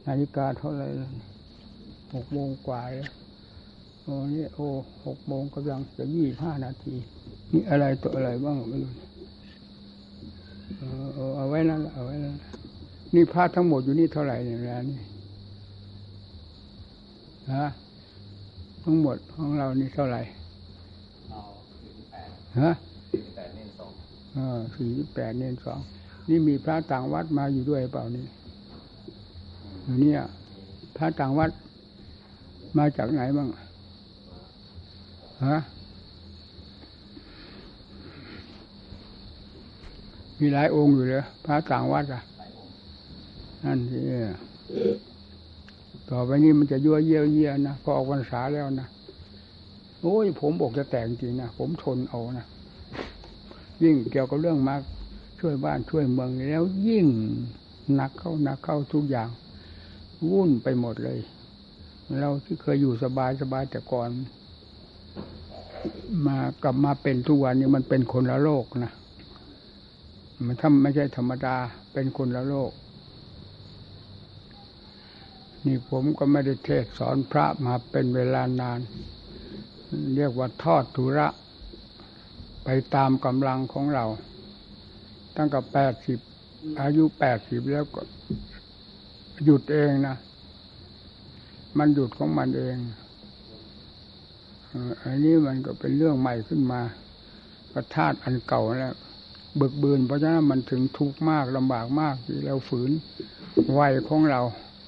นาฬิกาเท่าไหร่6 โมงกว่าแล้วนี่6 โมงกำลังจะ25 นาทีนี่อะไรตัวอะไรบ้างไม่รู้เอาไว้นั่นเอาไว้นั่นนี่พระทั้งหมดอยู่นี่เท่าไหร่เนี่ยนะนี่ฮะทั้งหมดของเรานี่เท่าไหร่48ฮะ48เน้น248เน้น2นี่มีพระต่างวัดมาอยู่ด้วยเปล่านี่อยู่เนี่ยพระต่างวัดมาจากไหนบ้างฮะมีหลายองค์อยู่เลยพระต่างวัดอ่ะนั่นสิต่อไปนี้มันจะยั่วเยี่ยนะพอออกพรรษาแล้วนะโอ้ยผมบอกจะแต่งจริงนะผมทนเอานะยิ่งเกี่ยวกับเรื่องมาช่วยบ้านช่วยเมืองแล้วยิ่งหนักเข้าทุกอย่างวุ่นไปหมดเลยเราที่เคยอยู่สบายแต่ก่อนมากลับมาเป็นทุกวันนี้มันเป็นคนละโลกนะมันถ้าไม่ใช่ธรรมดาเป็นคนละโลกนี่ผมก็ไม่ได้เทศสอนพระมาเป็นเวลานานเรียกว่าทอดธุระไปตามกำลังของเราตั้งแต่80อายุ80แล้วก็หยุดเองนะมันหยุดของมันเองอันนี้มันก็เป็นเรื่องใหม่ขึ้นมาก็ธาตุอันเก่าแล้วเบิกบืนเพราะฉะนั้นมันถึงทุกข์มากลำบากมากที่เราฝืนวัยของเรา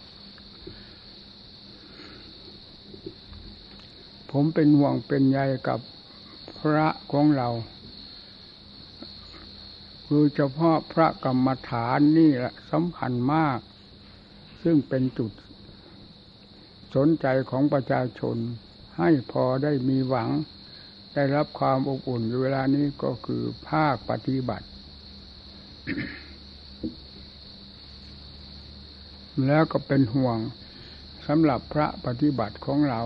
ผมเป็นห่วงเป็นใยกับพระของเราโดยเฉพาะพระกรรมฐานนี่แหละสำคัญมากซึ่งเป็นจุดสนใจของประชาชนให้พอได้มีหวังได้รับความอบอุ่นอยู่เวลานี้ก็คือภาคปฏิบัติ แล้วก็เป็นห่วงสำหรับพระปฏิบัติของเรา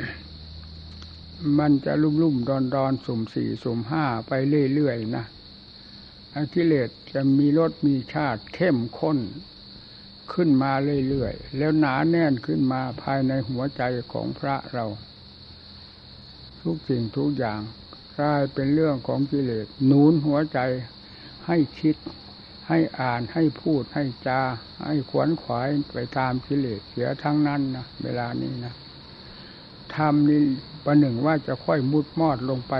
มันจะลุ่มดอนสุ่ม4สุ่ม5ไปเรื่อยๆนะกิเลสจะมีรสมีชาติเข้มข้นขึ้นมาเรื่อยๆแล้วหนาแน่นขึ้นมาภายในหัวใจของพระเราทุกสิ่งทุกอย่างกลายเป็นเรื่องของกิเลสหนุนหัวใจให้คิดให้อ่านให้พูดให้จาให้ขวนขวายไปตามกิเลสเสียทั้งนั้นนะเวลานี้นะธรรมนี่ประหนึ่งว่าจะค่อยมุดมอดลงไป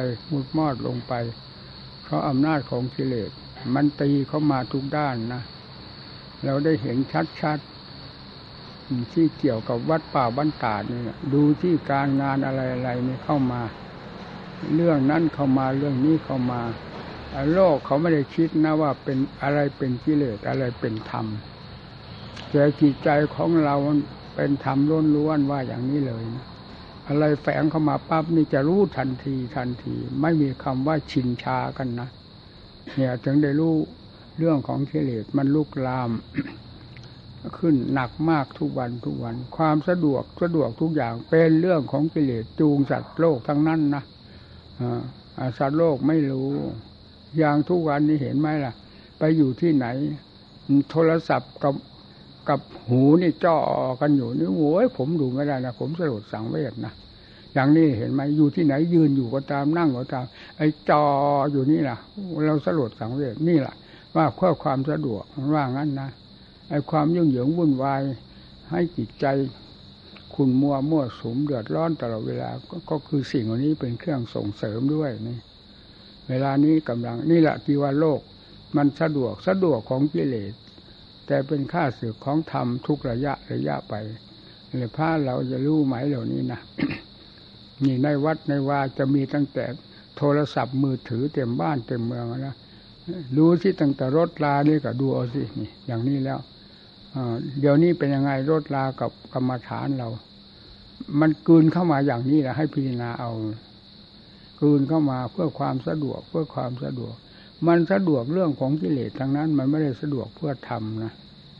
เพราะอำนาจของกิเลสมันตีเข้ามาทุกด้านนะเราได้เห็นชัดๆที่เกี่ยวกับวัดป่าบ้านตาดนี่ดูที่การงานอะไรนี่เข้ามาเรื่องนั้นเข้ามาเรื่องนี้เข้ามาโลกเขาไม่ได้คิดนะว่าเป็นอะไรเป็นกิเลสอะไรเป็นธรรมแต่จิตใจของเราเป็นธรรมล้วนๆว่าอย่างนี้เลยนะอะไรแฝงเข้ามาปั๊บนี่จะรู้ทันทีไม่มีคำว่าชินชากันนะเนี่ยถึงได้รู้เรื่องของกิเลสมันลุกลาม ขึ้นหนักมากทุกวันความสะดวกทุกอย่างเป็นเรื่องของกิเลสจูงสัตว์โลกทั้งนั้นนะสัตว์โลกไม่รู้อย่างทุกวันนี้เห็นไหมล่ะไปอยู่ที่ไหนโทรศัพท์กับหูนี่จ่อกันอยู่นี่โว้ยผมดูไม่ได้นะผมสลดสังเวชนะอย่างนี้เห็นไหมอยู่ที่ไหนยืนอยู่ก็ตามนั่งก็ตามไอ้จ่ออยู่นี่ล่ะเราสลดสังเวชนี่แหละว่าเพื่อความสะดวกว่างั้นนะไอ้ความยุ่งเหยิงวุ่นวายให้จิตใจขุ่นมัวสุมเดือดร้อนตลอดเวลาก็คือสิ่งเหล่านี้เป็นเครื่องส่งเสริมด้วยนี่เวลานี้กำลังนี่แหละที่ว่าโลกมันสะดวกของกิเลสแต่เป็นค่าศึกของธรรมทุกระยะไปเลยพระเราจะรู้ไหมเหล่านี้นะ นี่ในวัดในวาจะมีตั้งแต่โทรศัพท์มือถือเต็มบ้านเต็มเมืองนะรู้ที่ตั้งแต่รถลานี่ก็ดูเอาสินี่อย่างนี้แล้วเดี๋ยวนี้เป็นยังไงรถลากับกรรมฐานเรามันกลืนเข้ามาอย่างนี้แหละให้พิจารณาเอากลืนเข้ามาเพื่อความสะดวกมันสะดวกเรื่องของกิเลสทั้งนั้นมันไม่ได้สะดวกเพื่อธรรมนะ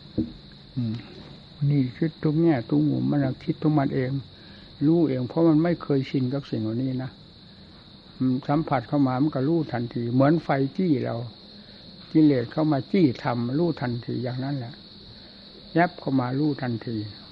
นี่คิดทุกแง่ทุกมุมมันคิดทุกมันเองรู้เองเพราะมันไม่เคยชินกับสิ่งเหล่านี้นะสัมผัสเข้ามามันก็รู้ทันทีเหมือนไฟจี้เรากิเลสเข้ามาจี้ทำรู้ทันทีอย่างนั้นแหละแยบเข้ามารู้ทันที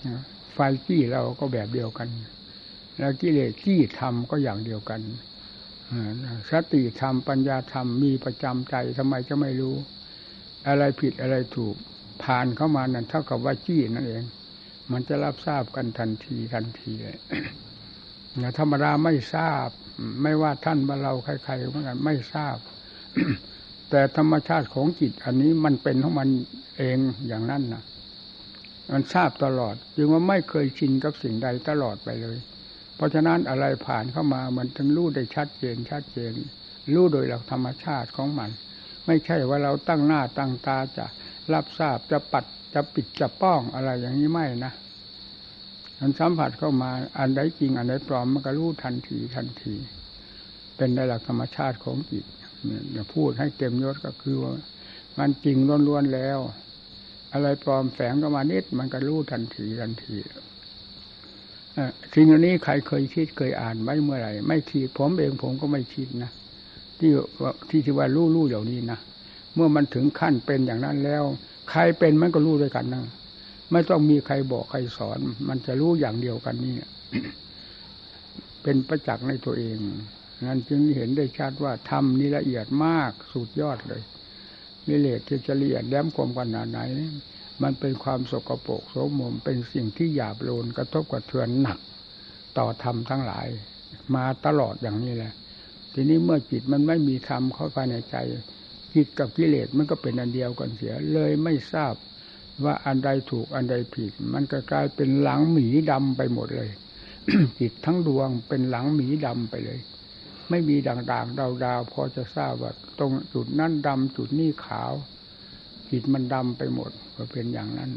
ไฟจี้เราก็แบบเดียวกันแล้วกิเลสจี้ธรรมก็อย่างเดียวกันสติธรรมปัญญาธรรมมีประจำใจทำไมจะไม่รู้อะไรผิดอะไรถูกผ่านเข้ามานั่นเท่ากับว่าจี้นั่นเองมันจะรับทราบกันทันทีเลยธรรมดาไม่ทราบไม่ว่าท่านว่าเราใครๆเหมือนกันไม่ทราบ แต่ธรรมชาติของจิตอันนี้มันเป็นของมันเองอย่างนั้นนะมันทราบตลอดจึงว่าไม่เคยชินกับสิ่งใดตลอดไปเลยเพราะฉะนั้นอะไรผ่านเข้ามามันถึงรู้ได้ชัดเจนรู้โดยหลักธรรมชาติของมันไม่ใช่ว่าเราตั้งหน้าตั้งตาจะรับทราบจะปัดจะปิดจะป้องอะไรอย่างนี้ไม่นะมันสัมผัสเข้ามาอันใดจริงอันใดปลอมมันก็รู้ทันทีเป็นในหลักธรรมชาติของจิตอย่าพูดให้เต็มยศก็คือว่ามันจริงล้วนๆแล้วอะไรปลอมแฝงเข้ามานิดมันก็รู้ทันทีสิ่งนี้ใครเคยคิดเคยอ่านไว้เมื่อไหร่ไม่คิดผมเองผมก็ไม่คิดนะที่ว่ารู้อย่างนี้นะเมื่อมันถึงขั้นเป็นอย่างนั้นแล้วใครเป็นมันก็รู้ด้วยกันนะไม่ต้องมีใครบอกใครสอนมันจะรู้อย่างเดียวกันนี่ เป็นประจักษ์ในตัวเองนั้นจึงเห็นได้ชัดว่าธรรมนี่ละเอียดมากสุดยอดเลยกิเลสจะละเอียดแหลมคมขนาดไหนมันเป็นความสกปรกโสมมเป็นสิ่งที่หยาบโลนกระทบกระเทือนหนักต่อธรรมทั้งหลายมาตลอดอย่างนี้แหละทีนี้เมื่อจิตมันไม่มีธรรมเข้าไปในใจจิตกับกิเลสมันก็เป็นอันเดียวกันเสียเลยไม่ทราบว่าอันใดถูกอันใดผิดมันก็กลายเป็นหลังหมีดำไปหมดเลย จิตทั้งดวงเป็นหลังหมีดำไปเลยไม่มีด่างๆดาวๆพอจะทราบว่าตรงจุดนั้นดำจุดนี้ขาวจิตมันดำไปหมดก็เป็นอย่างนั้น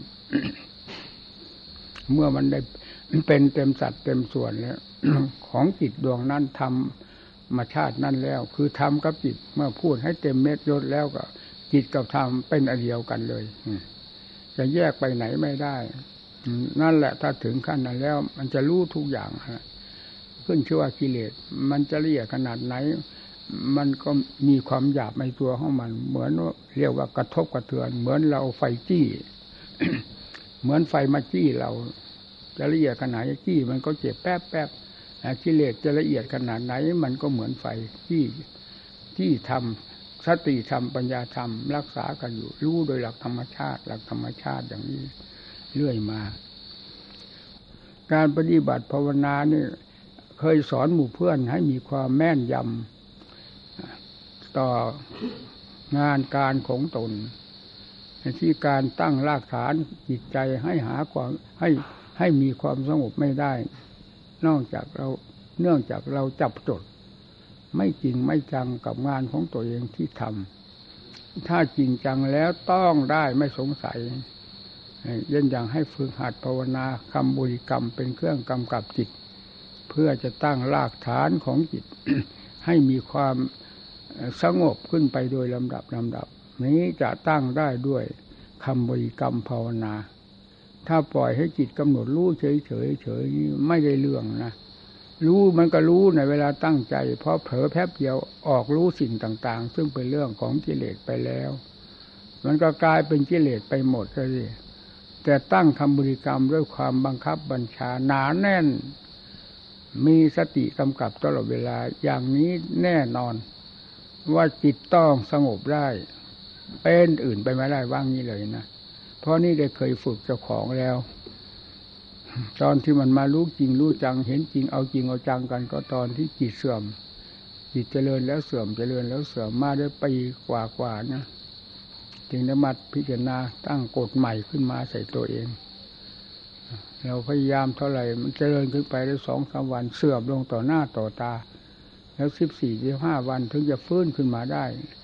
เมื่อมันได้เป็นเต็มสัดเต็มส่วนแล้ว ของจิตดวงนั้นธรรมชาตินั่นแล้วคือธรรมกับจิตเมื่อพูดให้เต็มเม็ดยศแล้วก็จิตกับธรรมเป็นอันเดียวกันเลยจะแยกไปไหนไม่ได้นั่นแหละถ้าถึงขั้นนั้นแล้วมันจะรู้ทุกอย่างขึ้นชื่อว่ากิเลสมันจะละเอียดขนาดไหนมันก็มีความหยาบในตัวของมันเหมือนเรียกว่ากระทบกระเทือนเหมือนเราไฟจี้ เหมือนไฟมาจี้เราจะละเอียดขนาดไหนจี้มันก็เจ็บแป๊บกิเลสจะละเอียดขนาดไหนมันก็เหมือนไฟจี้ทำสติธรรมปัญญาธรรมรักษากันอยู่รู้โดยหลักธรรมชาติอย่างนี้เรื่อยมาการปฏิบัติภาวนานี่เคยสอนหมู่เพื่อนให้มีความแม่นยำต่องานการของตนที่การตั้งรากฐานจิตใจให้หาความให้มีความสงบไม่ได้เนื่องจากเราจับจดไม่จริงไม่จังกับงานของตัวเองที่ทำถ้าจริงจังแล้วต้องได้ไม่สงสัยอย่างให้ฝึกหัดภาวนาคำบริกรรมเป็นเครื่องกำกับจิตเพื่อจะตั้งรากฐานของจิต ให้มีความสงบขึ้นไปโดยลำดับนี้จะตั้งได้ด้วยคำบริกรรมภาวนาถ้าปล่อยให้จิตกำหนดรู้เฉยไม่ได้เรื่องนะรู้มันก็รู้ในเวลาตั้งใจเพราะเผลอแป๊บเดียวออกรู้สิ่งต่างๆซึ่งเป็นเรื่องของกิเลสไปแล้วมันก็กลายเป็นกิเลสไปหมดเลยแต่ตั้งคำบริกรรมด้วยความบังคับบัญชาหนาแน่นมีสติกำกับตลอดเวลาอย่างนี้แน่นอนว่าจิตต้องสงบได้เป็นอื่นไปไม่ได้ว่างนี้เลยนะเพราะนี่ได้เคยฝึกเจ้าของแล้วตอนที่มันมารู้จริงรู้จังเห็นจริงเอาจริงเอาจังกันก็ตอนที่จิตเสื่อมจิตเจริญแล้วเสื่อมมาได้ปีกว่านะจึงได้มาพิจารณาตั้งกฎใหม่ขึ้นมาใส่ตัวเองเราพยายามเท่าไหร่มันเจริญขึ้นไปได้ 2-3 วันเสื่อมลงต่อหน้าต่อตาแล้ว 14-15 วันถึงจะฟื้นขึ้นมาได้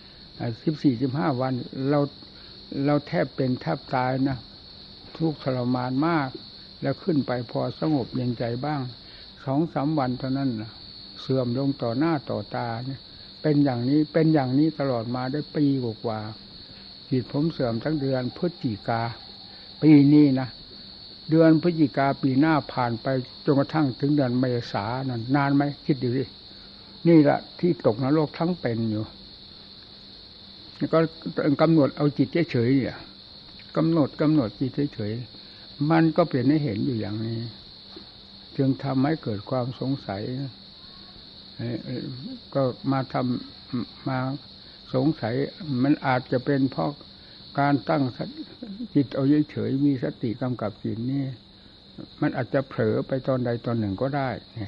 14-15 วันเราแทบเป็นแทบตายนะทุกข์ทรมานมากแล้วขึ้นไปพอสงบเย็นใจบ้าง 2-3 วันเท่านั้นเสื่อมลงต่อหน้าต่อตาเนี่ยเป็นอย่างนี้ตลอดมาได้ปีกว่าจิตผมเสื่อมทั้งเดือนพฤศจิกาปีนี้นะเดือนพฤศจิกาปีหน้าผ่านไปจนกระทั่งถึงเดือนเมษายนนานไหมคิดดูดินี่แหละที่ตกนรกทั้งเป็นอยู่ก็กำหนดเอาจิตเฉยๆเนี่ยกำหนดจิตเฉยๆมันก็เป็นให้เห็นอยู่อย่างนี้จึงทำให้เกิดความสงสัยก็มาสงสัยมันอาจจะเป็นเพราะการตั้งจิตเอาเฉยๆมีสติกำกับจิตนี่มันอาจจะเผลอไปตอนใดตอนหนึ่งก็ได้เนี่ย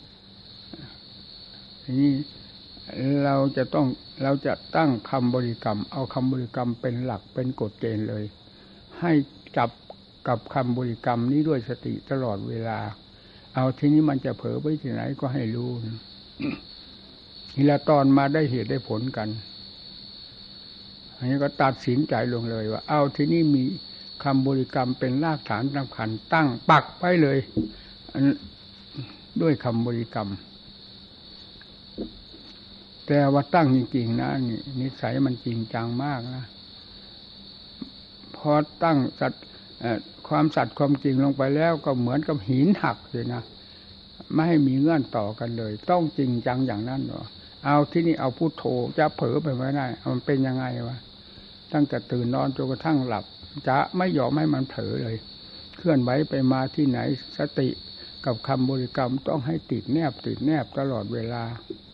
ทีนี้เราจะตั้งคำบริกรรมเอาคำบริกรรมเป็นหลักเป็นกฎเกณฑ์เลยให้จับกับคำบริกรรมนี้ด้วยสติตลอดเวลาเอาทีนี้มันจะเผลอไปที่ไหนก็ให้รู้นี่ละตอนมาได้เหตุได้ผลกันอันนี้ก็ตัดสินใจลงเลยว่าเอาทีนี้มีคำบริกรรมเป็นรากฐานสำคัญตั้งปักไปเลยด้วยคำบริกรรมแต่ว่าตั้งจริงๆนะนี่นิสัยมันจริงจังมากนะพอตั้งความสัตย์ความจริงลงไปแล้วก็เหมือนกับหินหักเลยนะไม่ให้มีเงื่อนต่อกันเลยต้องจริงจังอย่างนั้นหรอเอาที่นี่เอาพุทโธจะเผลอไปไม่ได้มันเป็นยังไงวะตั้งแต่ตื่นนอนจนกระทั่งหลับจะไม่ยอมให้มันเผลอเลยเคลื่อนไหวไปมาที่ไหนสติกับคำบริกรรมต้องให้ติดแนบตลอดเวลา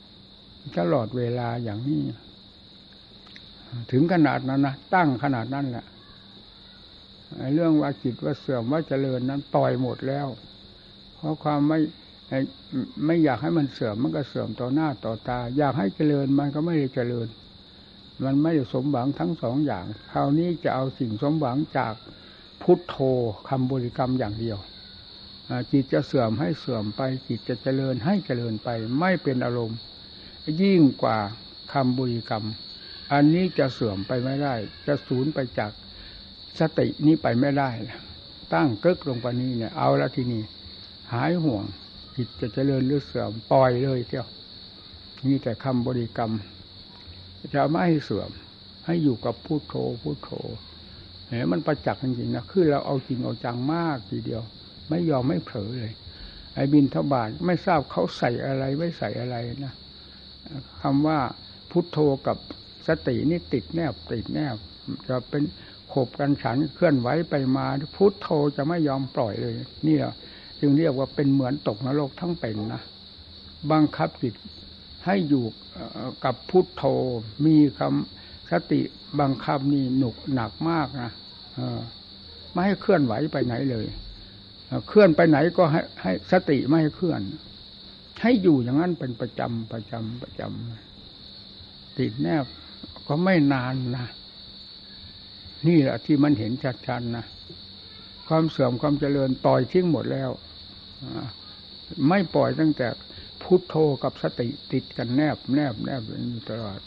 อย่างนี้ถึงขนาดนั้นนะตั้งขนาดนั้นแหละเรื่องว่าจิตว่าเสื่อมว่าเจริญนั้นปล่อยหมดแล้วเพราะความไม่อยากให้มันเสื่อมมันก็เสื่อมต่อหน้าต่อตาอยากให้เจริญมันก็ไม่ได้เจริญมันไม่ได้สมหวังทั้งสองอย่างคราวนี้จะเอาสิ่งสมหวังจากพุทโธคำบริกรรมอย่างเดียวจิตจะเสื่อมให้เสื่อมไปจิตจะเจริญให้เจริญไปไม่เป็นอารมณ์ยิ่งกว่าคำบริกรรมอันนี้จะเสื่อมไปไม่ได้จะสูญไปจากสตินี้ไปไม่ได้ตั้งกึกลงไปนี้เนี่ยเอาละทีนี้หายห่วงจิตจะเจริญหรือเสื่อมปล่อยเลยเจ้านี่แต่คำบริกรรมจะไม่ให้เสื่อมให้อยู่กับพุทโธเห็นมันประจักษ์จริงๆนะคือเราเอาจริงเอาจังมากทีเดียวไม่ยอมไม่เผลอเลยไอ้บิณฑบาตไม่ทราบเขาใส่อะไรไม่ใส่อะไรนะคำว่าพุทโธกับสตินี่ติดแนบจะเป็นขบกันฉันเคลื่อนไหวไปมาพุทโธจะไม่ยอมปล่อยเลยนี่แหละจึงเรียกว่าเป็นเหมือนตกนรกทั้งเป็นนะบังคับจิตให้อยู่กับพุทโธมีคำสติบังคับนี่หนักมากนะไม่ให้เคลื่อนไหวไปไหนเลยเคลื่อนไปไหนก็ให้สติไม่ให้เคลื่อนให้อยู่อย่างนั้นเป็นประจำติดแนบก็ไม่นานนะนี่แหละที่มันเห็นชัดๆนะความเสื่อมความเจริญปล่อยทิ้งหมดแล้วไม่ปล่อยตั้งแต่พุทโธกับสติติดกันแนบอยู่ตลอด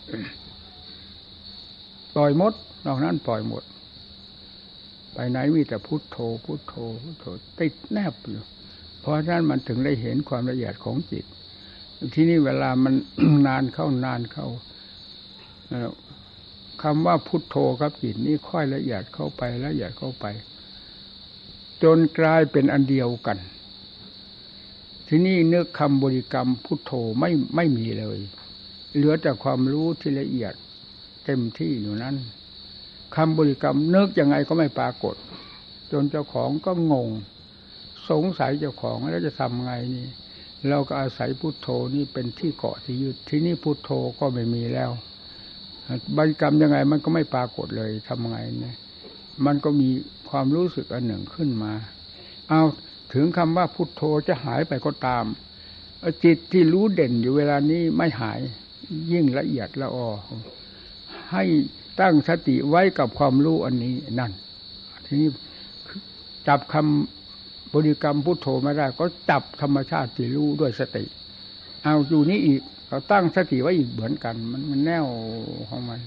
ปล่อยหมดนอกนั้นปล่อยหมดไปไหนมีแต่พุทโธติดแนบอยู่เพราะฉะนั้นมันถึงได้เห็นความละเอียดของจิตที่นี่เวลามัน นานเข้าคำว่าพุทโธกับจิตนี่ค่อยละเอียดเข้าไปจนกลายเป็นอันเดียวกันที่นี่นึกคำบริกรรมพุทโธไม่มีเลยเหลือแต่ความรู้ที่ละเอียดเต็มที่อยู่นั้นคำบริกรรมนึกยังไงก็ไม่ปรากฏจนเจ้าของก็งงสงสัยเจ้าของแล้วจะทำไงนี่เราก็อาศัยพุทโธนี่เป็นที่เกาะที่ยึดที่นี่พุทโธก็ไม่มีแล้วบริกรรมยังไงมันก็ไม่ปรากฏเลยทำไงเนี่ยมันก็มีความรู้สึกอันหนึ่งขึ้นมาเอาถึงคำว่าพุทโธจะหายไปก็ตามจิตที่รู้เด่นอยู่เวลานี้ไม่หายยิ่งละเอียดละออให้ตั้งสติไว้กับความรู้อันนี้นั่นทีนี้จับคำบริกรรมพุทโธไม่ได้ก็จับธรรมชาติที่รู้ด้วยสติเอาอยู่นี้อีกเราตั้งสติไว้อีกเหมือนกันมันแน่วของมัน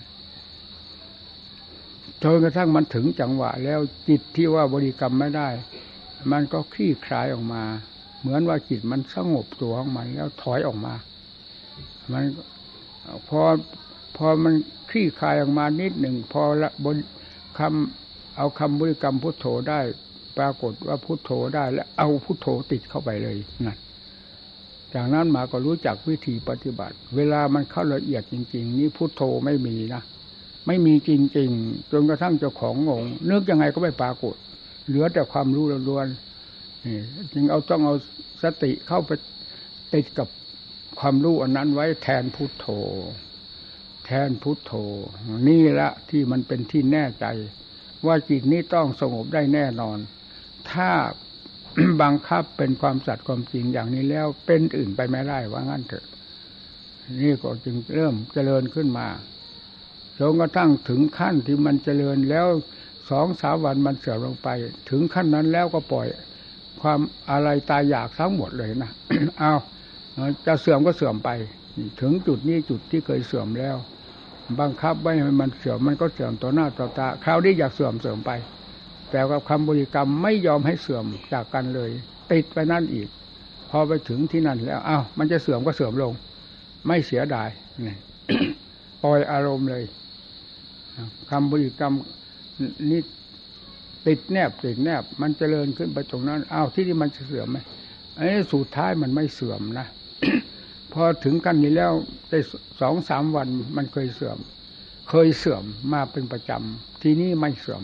จนกระทั่งมันถึงจังหวะแล้วจิตที่ว่าบริกรรมไม่ได้มันก็คลี่คลายออกมาเหมือนว่าจิตมันสงบตัวของมันแล้วถอยออกมามันพอมันคลี่คลายออกมานิดหนึ่งพอละบนเอาคำบริกรรมพุทโธได้ปรากฏว่าพุทโธได้แล้วเอาพุทโธติดเข้าไปเลยนั่นจากนั้นมาก็รู้จักวิธีปฏิบัติเวลามันเข้าละเอียดจริงๆนี่พุทโธไม่มีนะไม่มีจริงๆจนกระทั่งเจ้าของงงนึกยังไงก็ไม่ปรากฏเหลือแต่ความรู้ล้วนๆจึงต้องเอาสติเข้าไปติดกับความรู้อันนั้นไว้แทนพุทโธแทนพุทโธนี่ละที่มันเป็นที่แน่ใจว่าจิตนี้ต้องสงบได้แน่นอนถ้า บังคับเป็นความสัตย์ความจริงอย่างนี้แล้วเป็นอื่นไปไม่ได้ว่างั้นเถอะนี่ก็จึงเริ่มเจริญขึ้นมาจนกระทั่งถึงขั้นที่มันเจริญแล้ว2-3 วันมันเสื่อมลงไปถึงขั้นนั้นแล้วก็ปล่อยความอะไรตายอยากทั้งหมดเลยนะ เอาจะเสื่อมก็เสื่อมไปถึงจุดนี้จุดที่เคยเสื่อมแล้วบังคับไว้ให้มันเสื่อมมันก็เสื่อมต่อหน้าต่อตาคราวนี้อยากเสื่อมไปแต่กับคำบริกรรมไม่ยอมให้เสื่อมจากกันเลยติดไปนั่นอีกพอไปถึงที่นั่นแล้วมันจะเสื่อมก็เสื่อมลงไม่เสียดายนี่ ปล่อยอารมณ์เลยคำบริกรรมนี่ติดแนบมันเจริญขึ้นไปตรงนั้นที่นี่มันจะเสื่อมไหมสุดท้ายมันไม่เสื่อมนะ พอถึงกันนี้แล้วได้2-3 วันมันเคยเสื่อมมาเป็นประจำทีนี้ไม่เสื่อม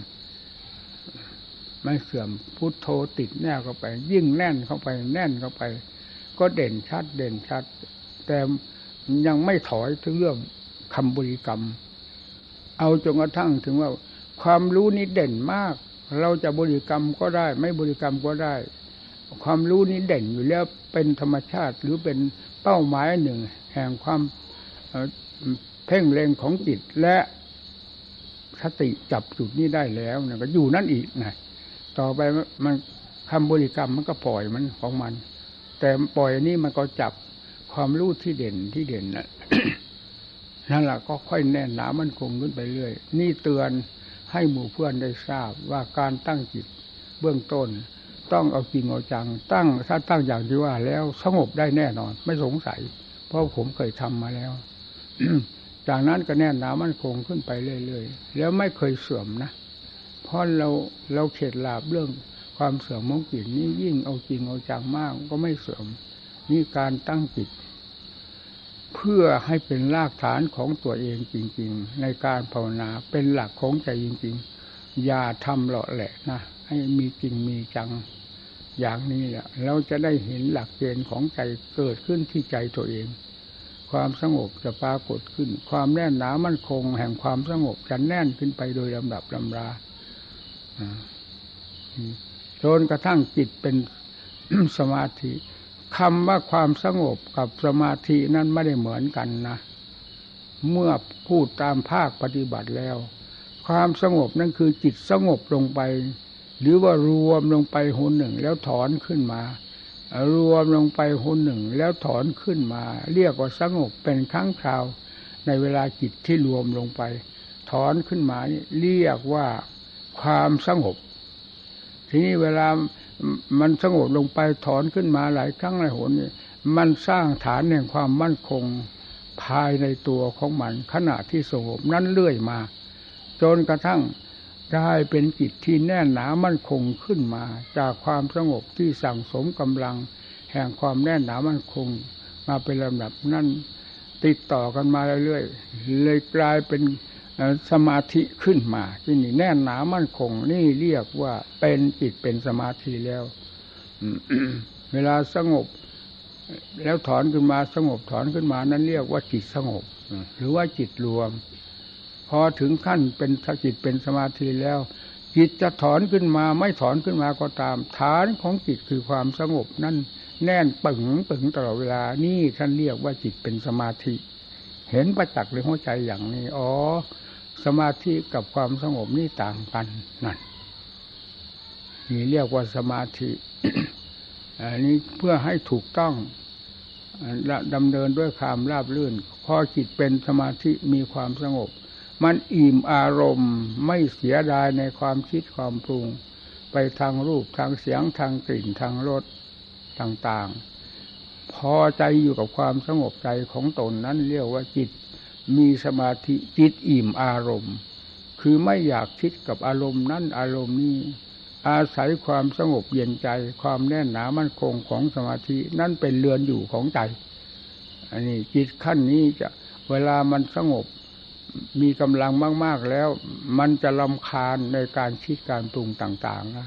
พุทโธติดแนบเข้าไปยิ่งแน่นเข้าไปก็เด่นชัดแต่ยังไม่ถอยถึงเรื่องคำบริกรรมเอาจนกระทั่งถึงว่าความรู้นี้เด่นมากเราจะบริกรรมก็ได้ไม่บริกรรมก็ได้ความรู้นี้เด่นอยู่แล้วเป็นธรรมชาติหรือเป็นเป้าหมายหนึ่งแห่งความเพ่งเล็งของจิตและสติจับจุดนี้ได้แล้วนะก็อยู่นั่นอีกนะต่อไปมันคำบริกรรมมันก็ปล่อยมันของมันแต่ปล่อยนี้มันก็จับความรู้ที่เด่นนะ นั่นแหละก็ค่อยแน่นหนามันคงขึ้นไปเรื่อยนี่เตือนให้หมู่เพื่อนได้ทราบว่าการตั้งจิตเบื้องต้นต้องเอาจริงเอาจังถ้าตั้งอย่างที่ว่าแล้วสงบได้แน่นอนไม่สงสัยเพราะผมเคยทำมาแล้ว จากนั้นก็แน่นหนามันคงขึ้นไปเรื่อยๆแล้วไม่เคยเสื่อมนะเพราะเราเข็ดหลาบเรื่องความเสื่อมของจิตนี้ยิ่งเอาจริงเอาจังมากก็ไม่เสื่อมนี่การตั้งจิตเพื่อให้เป็นรากฐานของตัวเองจริงๆในการภาวนาเป็นหลักของใจจริงๆอย่าทำเลาะแหละนะให้มีจริงมีจังอย่างนี้แหละเราจะได้เห็นหลักเกณฑ์ของใจเกิดขึ้นที่ใจตัวเองความสงบจะปรากฏขึ้นความแน่นหนามั่นคงแห่งความสงบจะแน่นขึ้นไปโดยลำดับลำดาจนกระทั่งจิตเป็น สมาธิคำว่าความสงบกับสมาธินั้นไม่ได้เหมือนกันนะเมื่อพูดตามภาคปฏิบัติแล้วความสงบนั่นคือจิตสงบลงไปหรือว่ารวมลงไปหนหนึ่งแล้วถอนขึ้นมารวมลงไปหนหนึ่งแล้วถอนขึ้นมาเรียกว่าสงบเป็นครั้งคราวในเวลาจิตที่รวมลงไปถอนขึ้นมาเรียกว่าความสงบทีนี้เวลามันสงบลงไปถอนขึ้นมาหลายครั้งหลายหนนี่มันสร้างฐานแห่งความมั่นคงภายในตัวของมันขณะที่สงบนั้นเรื่อยมาจนกระทั่งได้เป็นจิตที่แน่นหนามั่นคงขึ้นมาจากความสงบที่สั่งสมกำลังแห่งความแน่นหนามั่นคงมาเป็นลำดับนั้นติดต่อกันมาเรื่อยๆเลยกลายเป็นสมาธิขึ้นมาที่นี่แน่นหนามั่นคงนี่เรียกว่าเป็นจิตเป็นสมาธิแล้ว เวลาสงบแล้วถอนขึ้นมาสงบถอนขึ้นมานั้นเรียกว่าจิตสงบหรือว่าจิตรวมพอถึงขั้นเป็นจิตเป็นสมาธิแล้วจิตจะถอนขึ้นมาไม่ถอนขึ้นมาก็ตามฐานของจิตคือความสงบนั่นแน่นปึงตลอดเวลานี่ท่านเรียกว่าจิตเป็นสมาธิเห็นประจักษ์ในหัวใจอย่างนี้สมาธิกับความสงบนี่ต่างกันนั่นนี่เรียกว่าสมาธิ อันนี้เพื่อให้ถูกต้องดำเนินด้วยความราบรื่นพอจิตเป็นสมาธิมีความสงบมันอิ่มอารมณ์ไม่เสียดายในความคิดความปรุงไปทางรูปทางเสียงทางกลิ่นทางรสต่างๆพอใจอยู่กับความสงบใจของตนนั้นเรียกว่าจิตมีสมาธิจิตอิ่มอารมณ์คือไม่อยากคิดกับอารมณ์นั้นอารมณ์นี้อาศัยความสงบเย็นใจความแน่นหนามั่นคงของสมาธินั่นเป็นเรือนอยู่ของใจอันนี้จิตขั้นนี้จะเวลามันสงบมีกำลังมากๆแล้วมันจะรำคาญในการคิดการปรุงต่างๆนะ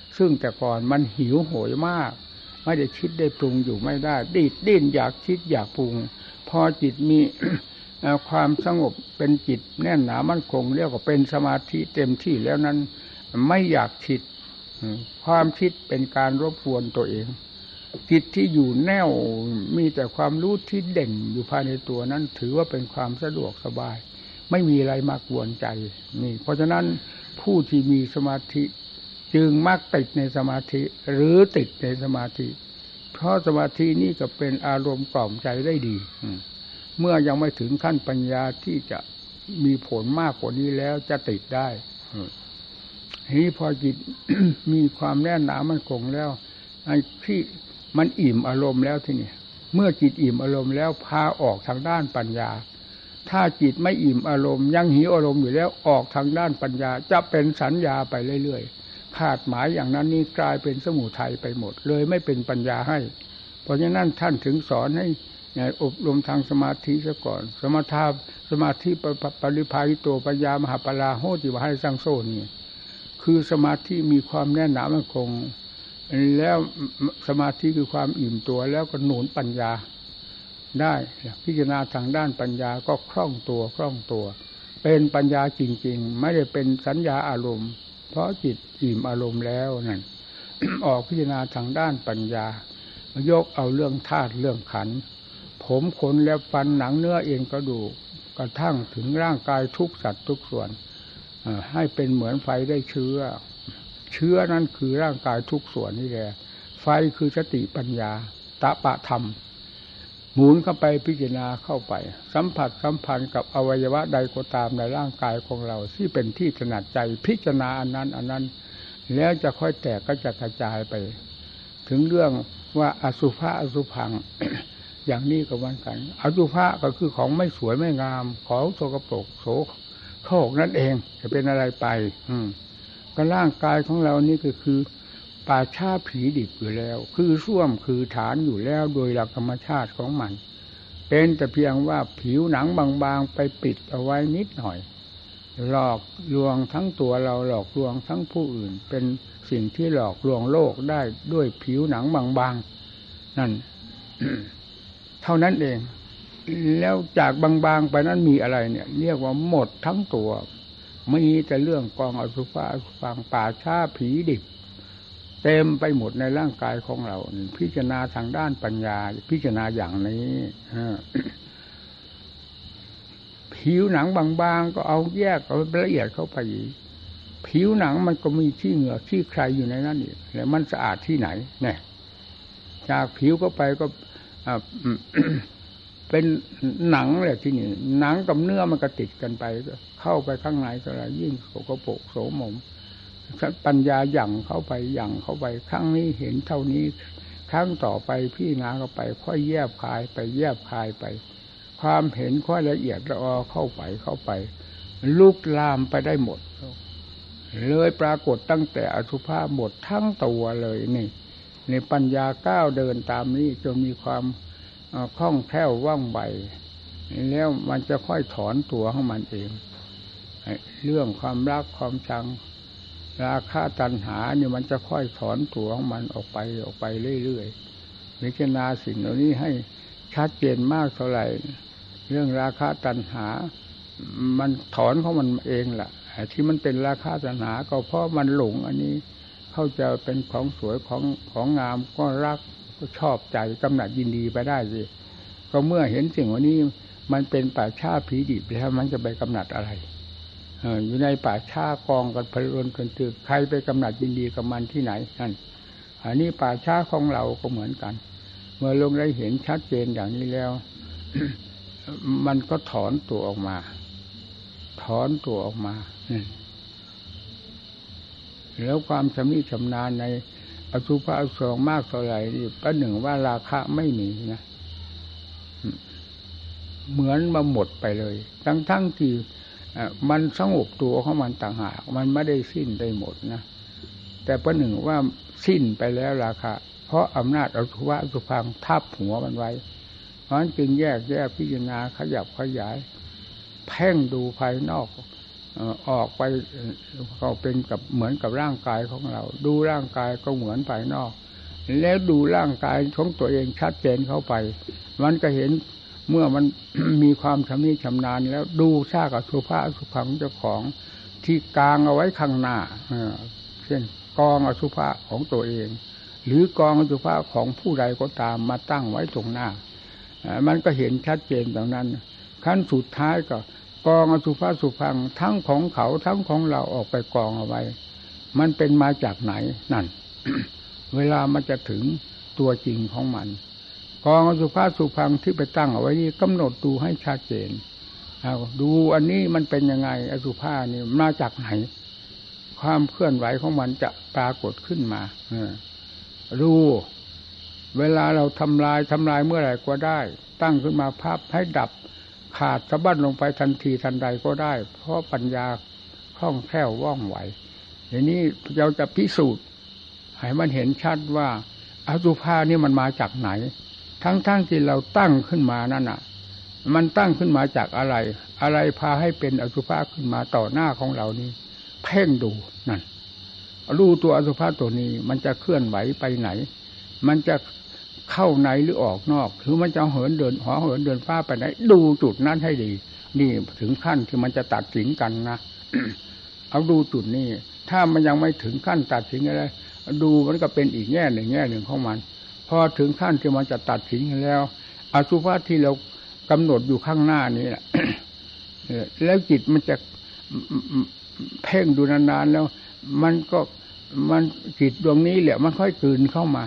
ซึ่งแต่ก่อนมันหิวโหยมากไม่ได้คิดได้ปรุงอยู่ไม่ได้ดิ้นอยากคิดอยากปรุงพอจิตมี ความสงบเป็นจิตแน่นหนามั่นคงเรียกว่าเป็นสมาธิเต็มที่แล้วนั้นไม่อยากคิดความคิดเป็นการรบกวนตัวเองจิตที่อยู่แน่วมีแต่ความรู้ที่เด่นอยู่ภายในตัวนั้นถือว่าเป็นความสะดวกสบายไม่มีอะไรมากวนใจนี่เพราะฉะนั้นผู้ที่มีสมาธิจึงมักติดในสมาธิหรือติดในสมาธิเพราะสมาธินี่ก็เป็นอารมณ์กล่อมใจได้ดีเมื่อยังไม่ถึงขั้นปัญญาที่จะมีผลมากกว่านี้แล้วจะติดได้ทีนี้พอจิต มีความแน่นหนามั่นคงแล้วไอ้ที่มันอิ่มอารมณ์แล้วทีนี้เมื่อจิตอิ่มอารมณ์แล้วพาออกทางด้านปัญญาถ้าจิตไม่อิ่มอารมณ์ยังหิวอารมณ์อยู่แล้วออกทางด้านปัญญาจะเป็นสัญญาไปเรื่อยๆขาดหมายอย่างนั้นนี่กลายเป็นสมุทัยไปหมดเลยไม่เป็นปัญญาให้เพราะฉะนั้นท่านถึงสอนให้อบรมทางสมาธิซะก่อนสมาธิปริภาวิโตปัญญามหาปราโหติวะให้สร้างโซนี่คือสมาธิมีความแน่นหนามั่นคงแล้วสมาธิคือความอิ่มตัวแล้วก็หนุนปัญญาได้พิจารณาทางด้านปัญญาก็คล่องตัวเป็นปัญญาจริงๆไม่ได้เป็นสัญญาอารมณ์เพราะจิตอิ่มอารมณ์แล้วนั่น ออกพิจารณาทางด้านปัญญายกเอาเรื่องธาตุเรื่องขันธ์ผมขนและฟันหนังเนื้อเอ็นกระดูกกระทั่งถึงร่างกายทุกสัตว์ทุกส่วนให้เป็นเหมือนไฟได้เชื้อนั้นคือร่างกายทุกส่วนนี่แหละไฟคือสติปัญญาตปะธรรมหมุนเข้าไปพิจารณาเข้าไปสัมผัสสัมพันธ์กับอวัยวะใดก็ตามในร่างกายของเราที่เป็นที่ถนัดใจพิจารณาอันนั้นแล้วจะค่อยแตกก็จะกระจายไปถึงเรื่องว่าอสุภะอสุภัง อย่างนี้ก็เหมือนกันอสุภะก็คือของไม่สวยไม่งามของโสกปรกโสโครกนั่นเองจะเป็นอะไรไปก็ร่างกายของเรานี่ก็คือป่าช้าผีดิบอยู่แล้วคือส้วมคือฐานอยู่แล้วโดยหลักธรรมชาติของมันเป็นแต่เพียงว่าผิวหนังบางๆไปปิดเอาไว้นิดหน่อยหลอกลวงทั้งตัวเราหลอกลวงทั้งผู้อื่นเป็นสิ่งที่หลอกลวงโลกได้ด้วยผิวหนังบางๆนั่น เท่านั้นเองแล้วจากบางๆไปนั้นมีอะไรเนี่ยเรียกว่าหมดทั้งตัวมีแต่เรื่องกองอสุภะอสุภังป่าช้าผีดิบเต็มไปหมดในร่างกายของเราพิจารณาทางด้านปัญญาพิจารณาอย่างนี้ ผิวหนังบางๆก็เอาแยกเอาละเอียดเข้าไปผิวหนังมันก็มีขี้เหงื่อขี้ใครอยู่ในนั้นอีกแล้วมันสะอาดที่ไหนเนี่ยจากผิวเข้าไปก็เป็นหนังแหละที่นี่หนังกับเนื้อมันก็ติดกันไปเข้าไปข้างในก็อะไรยิ่งโสกโปกโสมมปัญญาหยั่งเข้าไปครั้งนี้เห็นเท่านี้ครั้งต่อไปพี่นาเข้าไปค่อยแยบคายไปความเห็นค่อยละเอียดละออเข้าไปลุกลามไปได้หมดเลยปรากฏตั้งแต่อสุภะหมดทั้งตัวเลยนี่ในปัญญาก้าวเดินตามนี้จนมีความคล่องแคล่วว่องไวแล้วมันจะค่อยถอนตัวของมันเองเรื่องความรักความชังราคะตัณหาเนี่ยมันจะค่อยถอนตัวของมันออกไปเรื่อยๆพิจารณาสิ่งเหล่านี้ให้ชัดเจนมากเท่าไหร่เรื่องราคะตัณหามันถอนของมันเองแหละที่มันเป็นราคะตัณหาก็เพราะมันหลงอันนี้เข้าใจเป็นของสวยของงามก็รักก็ชอบใจกำหนัดยินดีไปได้สิก็เมื่อเห็นสิ่งวันนี้มันเป็นป่าช้าผีดิบแล้วมันจะไปกำหนัดอะไรอยู่ในป่าช้ากองกันพลวนกันตึกใครไปกำหนัดยินดีกับมันที่ไหนนั่นอันนี้ป่าช้าของเราก็เหมือนกันเมื่อลงได้เห็นชัดเจนอย่างนี้แล้ว มันก็ถอนตัวออกมาแล้วความชำนิชำนาญในอสุภะอสุภังมากเท่าไหร่นี่ประหนึ่งว่าราคะไม่มีนะเหมือนมาหมดไปเลยทั้งที่มันสงบตัวของมันต่างหากมันไม่ได้สิ้นได้หมดนะแต่ประหนึ่งว่าสิ้นไปแล้วราคะเพราะอำนาจอสุภะอสุภังทับหัวมันไว้เพราะฉะนั้นจึงแยกพิจารณาขยับขยายเพ่งดูภายนอกออกไปก็เป็นกับเหมือนกับร่างกายของเราดูร่างกายก็เหมือนภายนอกแล้วดูร่างกายของตัวเองชัดเจนเข้าไปมันก็เห็นเมื่อมัน มีความชำนิชำนาญแล้วดูซากอสุภะอสุภังเจ้าของที่กางเอาไว้ข้างหน้าเช่นกองอสุภะของตัวเองหรือกองอสุภะของผู้ใดก็ตามมาตั้งไว้ตรงหน้ามันก็เห็นชัดเจนตรงนั้นขั้นสุดท้ายก็กองอสุภะสุภังทั้งของเขาทั้งของเราออกไปกองเอาไว้มันเป็นมาจากไหนนั่น เวลามันจะถึงตัวจริงของมันกองอสุภะสุภังที่ไปตั้งเอาไว้นี่กำหนดดูให้ชัดเจนดูอันนี้มันเป็นยังไงอสุภะนี่มาจากไหนความเคลื่อนไหวของมันจะปรากฏขึ้นมาดูเวลาเราทำลายเมื่อไหร่ก็ได้ตั้งขึ้นมาภาพให้ดับขาดสะบั้นลงไปทันทีทันใดก็ได้เพราะปัญญาคล่องแคล่วว่องไวอย่างนี้เราจะพิสูจน์ให้มันเห็นชัดว่าอสุภะนี่มันมาจากไหนทั้งที่เราตั้งขึ้นมานั่นน่ะมันตั้งขึ้นมาจากอะไรพาให้เป็นอสุภะขึ้นมาต่อหน้าของเรานี่เพ่งดูนั่นรู้ตัวอสุภะตัวนี้มันจะเคลื่อนไหวไปไหนมันจะเข้าในหรือออกนอกหรือมันจะเหินเดินฟ้าไปไหนดูจุดนั้นให้ดีนี่ถึงขั้นที่มันจะตัดสินกันนะ เอาดูจุดนี้ถ้ามันยังไม่ถึงขั้นตัดสินอะไรดูมันก็เป็นอีกแง่หนึ่งของมันพอถึงขั้นที่มันจะตัดสินกันแล้วอสุภะที่เรากำหนดอยู่ข้างหน้านี้แหละ แล้วจิตมันจะเพ่งดูนานๆแล้วมันจิตดวงนี้แหละมันค่อยกลืนเข้ามา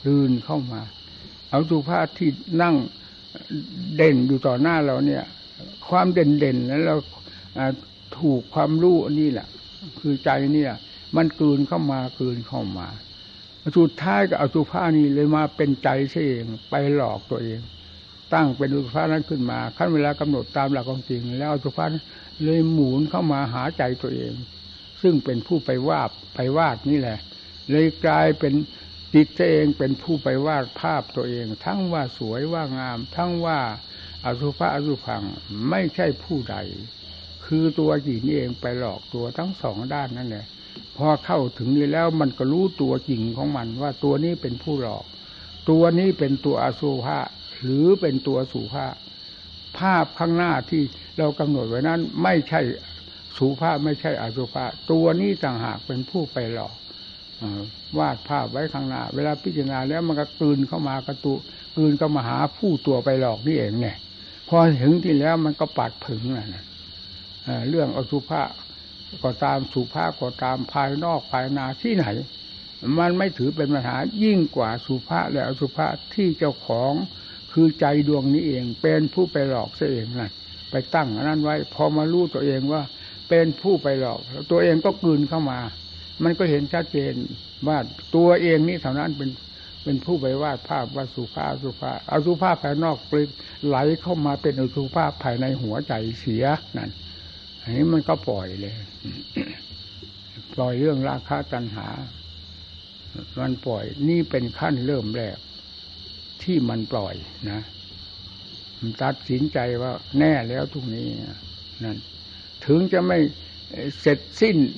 เอาสุภาพที่นั่งเด่นอยู่ต่อหน้าเราเนี่ยความเด่นแล้วเราถูกความรู้นี่แหละคือใจเนี่ยมันกลืนเข้ามาสุดท้ายก็เอาสุภาพนี้เลยมาเป็นใจเองไปหลอกตัวเองตั้งเป็นสุภาพนั้นขึ้นมาขั้นเวลากำหนดตามหลักของจริงแล้วสุภาพเลยหมุนเข้ามาหาใจตัวเองซึ่งเป็นผู้ไปวาดนี่แหละเลยกลายเป็นจิตเองเป็นผู้ไปวาดภาพตัวเองทั้งว่าสวยว่างามทั้งว่าอสุภะอสุภังไม่ใช่ผู้ใดคือตัวจิตนี่เองไปหลอกตัวทั้งสองด้านนั่นแหละพอเข้าถึงนี้แล้วมันก็รู้ตัวจริงของมันว่าตัวนี้เป็นผู้หลอกตัวนี้เป็นตัวอสุภะหรือเป็นตัวสุภะภาพข้างหน้าที่เรากำหนดไว้นั้นไม่ใช่สุภะไม่ใช่อสุภะตัวนี้ต่างหากเป็นผู้ไปหลอกวาดภาพไว้ข้างหน้าเวลาพิจารณาแล้วมันก็กลืนเข้ามากหาผู้ตัวไปหลอกนี่เองเนี่ยพอถึงที่แล้วมันก็ปัดผึ่งนะเรื่องอสุภะก็ตามสุภะก็ตามภายนอกภายในที่ไหนมันไม่ถือเป็นปัญหายิ่งกว่าสุภะและอสุภะที่เจ้าของคือใจดวงนี้เองเป็นผู้ไปหลอกเสียเองนั่นไปตั้งอันนั้นไว้พอมารู้ตัวเองว่าเป็นผู้ไปหลอกตัวเองก็กลืนเข้ามามันก็เห็นชัดเจนว่าตัวเองนี่เท่านั้นเป็นผู้ไปวาดภาพว่าสุภาพอสุภาพภายนอกไหลเข้ามาเป็นอสุภาพภายในหัวใจเสียนั่นอันนี้มันก็ปล่อยเลย ปล่อยเรื่องราคะตัณหามันปล่อยนี่เป็นขั้นเริ่มแรกที่มันปล่อยนะมันตัดสินใจว่าแน่แล้วทุกนี้นั่นถึงจะไม่เสร็จสิ้น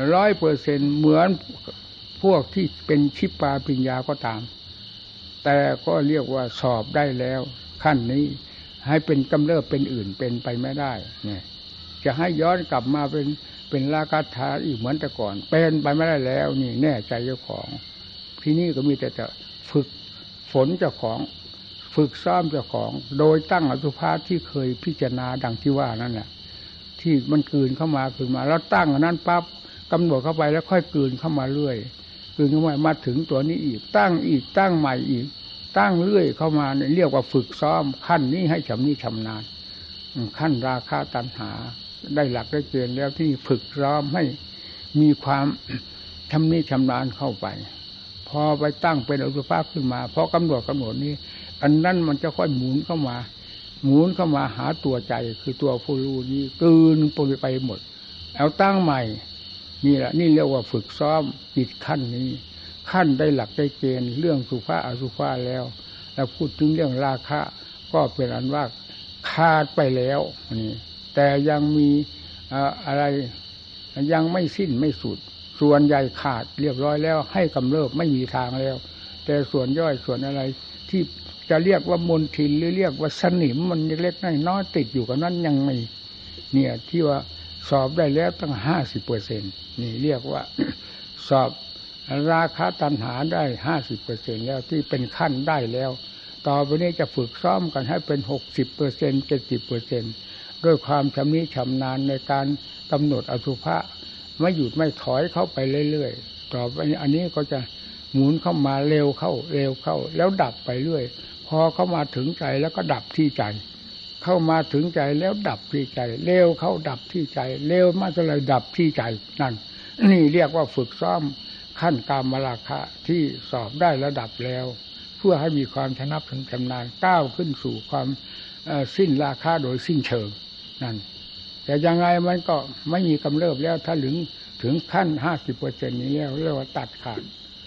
100% เหมือนพวกที่เป็นชิปปาปัญญาก็ตามแต่ก็เรียกว่าสอบได้แล้วขั้นนี้ให้เป็นกำเริบเป็นอื่นเป็นไปไม่ได้เนี่ยจะให้ย้อนกลับมาเป็นราคะธาตุอีกเหมือนแต่ก่อนเป็นไปไม่ได้แล้วนี่แน่ใจเจ้าของที่นี่ก็มีแต่จะฝึกฝนเจ้าของฝึกซ้อมเจ้าของโดยตั้งอสุภะที่เคยพิจารณาดังที่ว่านั่นแหละที่มันกลืนเข้ามาแล้วตั้งอันนั้นปั๊บกำหนดเข้าไปแล้วค่อยกลืนเข้ามาเรื่อยกลืนเข้ามาถึงตัวนี้อีกตั้งใหม่อีกตั้งเรื่อยเข้ามาเนี่ยเรียกว่าฝึกซ้อมขั้นนี้ให้ชำนาญขั้นราคะตัณหาได้หลักได้เกณฑ์แล้วที่ฝึกซ้อมให้มีความชำนาญเข้าไปพอไปตั้งเป็นอสุภะขึ้นมาพอกำหนดนี้อันนั้นมันจะค่อยหมุนเข้ามาหาตัวใจคือตัวผู้รู้นี้กลืนไปหมดเอาตั้งใหม่นี่แหละนี่เรียกว่าฝึกซ้อมจิตขั้นนี้ขั้นได้หลักได้เกณฑ์เรื่องสุภะอสุภะแล้วพูดถึงเรื่องราคะก็เป็นอันว่าขาดไปแล้วนี่แต่ยังมีอะไรยังไม่สิ้นไม่สุดส่วนใหญ่ขาดเรียบร้อยแล้วให้กำเริบไม่มีทางแล้วแต่ส่วนย่อยส่วนอะไรที่จะเรียกว่ามลทินหรือเรียกว่าสนิมมันเล็กๆน้อยๆติดอยู่กับนั้นยังไม่เนี่ยที่ว่าสอบได้แล้วตั้ง 50% นี่เรียกว่า สอบราคะตัณหาได้ 50% แล้วที่เป็นขั้นได้แล้วต่อไปนี้จะฝึกซ้อมกันให้เป็น 60% 70% ด้วยความชำนิชำนาญในการกำหนดอสุภะไม่หยุดไม่ถอยเข้าไปเรื่อยๆต่อไปอันนี้ก็จะหมุนเข้ามาเร็วเข้าแล้วดับไปเรื่อยพอเข้ามาถึงใจแล้วก็ดับที่ใจเข้ามาถึงใจแล้วดับที่ใจเร็วเข้าดับที่ใจเร็วมากเลยดับที่ใจนั่นนี่เรียกว่าฝึกซ้อมขั้นกามราคะที่สอบได้ระดับแล้วเพื่อให้มีความชำนาญก้าวขึ้นสู่ความสิ้นราคะโดยสิ้นเชิงนั่นแต่ยังไงมันก็ไม่มีกำเริบแล้วถ้าถึงขั้น 50% นี้แล้วเรียกว่าตัดขาด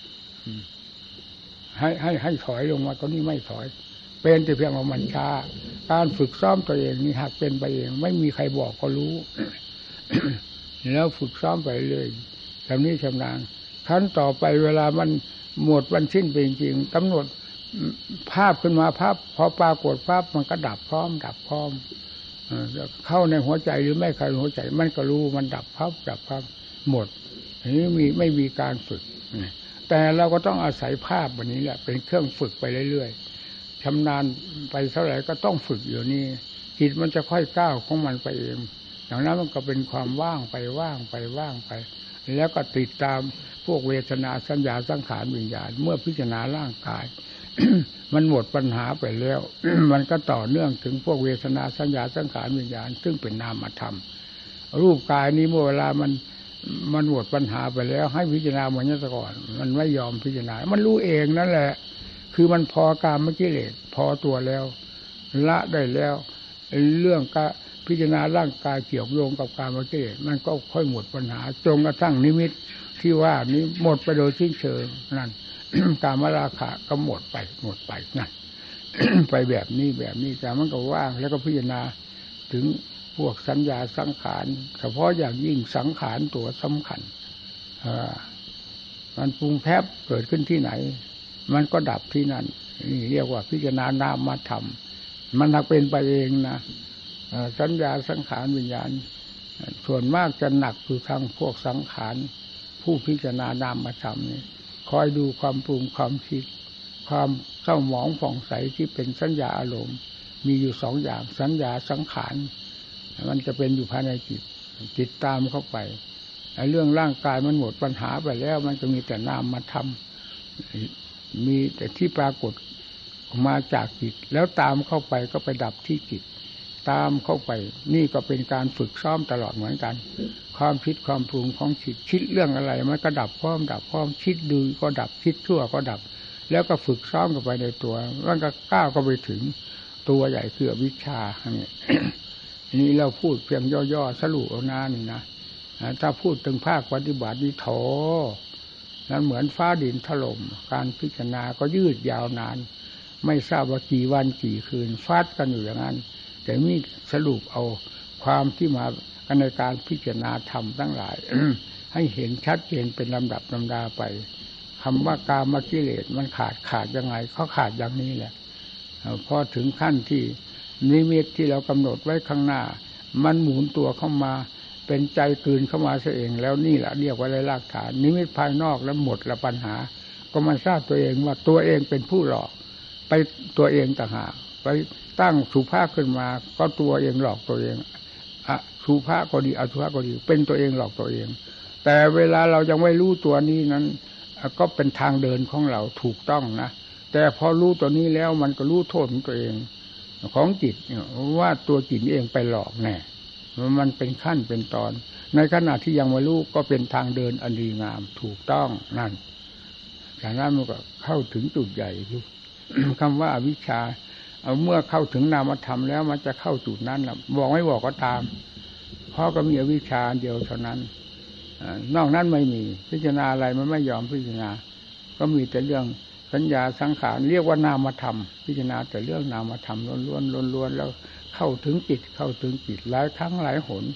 ให้ถอยลงมาตอนนี้ไม่ถอยเป็นแต่เพียงว่ามันช้าการฝึกซ้อมตัวเองนี่หากเป็นไปเองไม่มีใครบอกก็รู้ แล้วฝึกซ้อมไปเลยชำนิชำนาญขั้นต่อไปเวลามันหมดวันสิ้นไปจริงๆกำหนดภาพขึ้นมาภาพพอปรากฏภาพมันก็ดับพร้อมเข้าในหัวใจหรือไม่เข้าในหัวใจมันก็รู้มันดับภาพหมดนี้ไม่มีการฝึกแต่เราก็ต้องอาศัยภาพวันนี้แหละเป็นเครื่องฝึกไปเรื่อยๆชำนาญไปเท่าไหร่ก็ต้องฝึกอยู่นี่จิตมันจะค่อยก้าวของมันไปเองอย่างนั้นมันก็เป็นความว่างไปแล้วก็ติดตามพวกเวทนาสัญญาสังขารวิญญาณเมื่อพิจารณาร่างกาย มันหมดปัญหาไปแล้ว มันก็ต่อเนื่องถึงพวกเวทนาสัญญาสังขารวิญญาณซึ่งเป็นนามธรรมรูปกายนี้เมื่อเวลามันหมดปัญหาไปแล้วให้พิจารณาเหมือนนี้ก่อนมันไม่ยอมพิจารณามันรู้เองนั่นแหละคือมันพอกามกิเลสพอตัวแล้วละได้แล้วเรื่องการพิจารณาร่างกายเกี่ยวโยงกับกามกิเลสมันก็ค่อยหมดปัญหาจนกระทั่งนิมิตที่ว่านี้หมดไปโดยสิ้นเชิงนั่น กามราคะก็หมดไปนั่น ไปแบบนี้แต่มันก็ว่างแล้วก็พิจารณาถึงพวกสัญญาสังขารเฉพาะอย่างยิ่งสังขารตัวสำคัญมันปรุงแพบเกิดขึ้นที่ไหนมันก็ดับที่นั่นนี่เรียกว่าพิจารณานามธรรมมันถ้าเป็นไปเองนะสัญญาสังขารวิญญาณส่วนมากจะหนักคือทางพวกสังขารผู้พิจารณานามธรรมนี่คอยดูความปรุงความคิดความเศร้าหมองผ่องใสที่เป็นสัญญาอารมณ์มีอยู่สองอย่างสัญญาสังขารมันจะเป็นอยู่ภายในจิตติดตามเข้าไปเรื่องร่างกายมันหมดปัญหาไปแล้วมันจะมีแต่นามธรรมมีแต่ที่ปรากฏออกมาจากจิตแล้วตามเข้าไปก็ไปดับที่จิตตามเข้าไปนี่ก็เป็นการฝึกซ้อมตลอดเหมือนกันความคิดความปรุงของจิตคิดเรื่องอะไรมันก็ดับพร้อมคิดดีก็ดับคิดชั่วก็ดับแล้วก็ฝึกซ้อมเข้าไปในตัวมันก็ก้าวก็ไปถึงตัวใหญ่คือวิชชาเนี่ย นี่เราพูดเพียงย่อๆสรุปเอาหน้านี่นะถ้าพูดถึงภาคปฏิบัตินี่โถนั้นเหมือนฟ้าดินถล่มการพิจารณาก็ยืดยาวนานไม่ทราบว่ากี่วันกี่คืนฟาดกันอยู่อย่างนั้นแต่มีสรุปเอาความที่มาในการพิจารณาธรรมทั้งหลาย ให้เห็นชัดเจนเป็นลำดับลำดาไปคำว่ากามกิเลสมันขาดยังไงเขาขาดอย่างนี้แหละพอถึงขั้นที่นิมิตที่เรากำหนดไว้ข้างหน้ามันหมุนตัวเข้ามาเป็นใจกลืนเข้ามาซะเองแล้วนี่แหละเรียกว่าได้รากฐานนิมิตภายนอกแล้วหมดละปัญหาก็มันทราบตัวเองว่าตัวเองเป็นผู้หลอกไปตัวเองต่างหากไปตั้งสุภาพขึ้นมาก็ตัวเองหลอกตัวเองสุภาพก็ดีอสุภาพก็ดีเป็นตัวเองหลอกตัวเองแต่เวลาเรายังไม่รู้ตัวนี้นั้นก็เป็นทางเดินของเราถูกต้องนะแต่พอรู้ตัวนี้แล้วมันก็รู้โทษของตัวเองของจิตว่าตัวจิตเองไปหลอกแน่มันเป็นขั้นเป็นตอนในขณะที่ยังไม่รู้ก็เป็นทางเดินอันดีงามถูกต้องนั่นจากนั้นมันก็เข้าถึงจุดใหญ่ คำว่าอวิชชาเมื่อเข้าถึงนามธรรมแล้วมันจะเข้าจุดนั้นล่ะบอกไม่บอกก็ตามเพราะก็มีอวิชชาเดียวเท่านั้นนอกนั้นไม่มีพิจารณาอะไรมันไม่ยอมพิจารณาก็มีแต่เรื่องสัญญาสังขารเรียกว่านามธรรมพิจารณาแต่เรื่องนามธรรมล้วนๆแล้วเข้าถึงจิตหลายครั้งหลายหน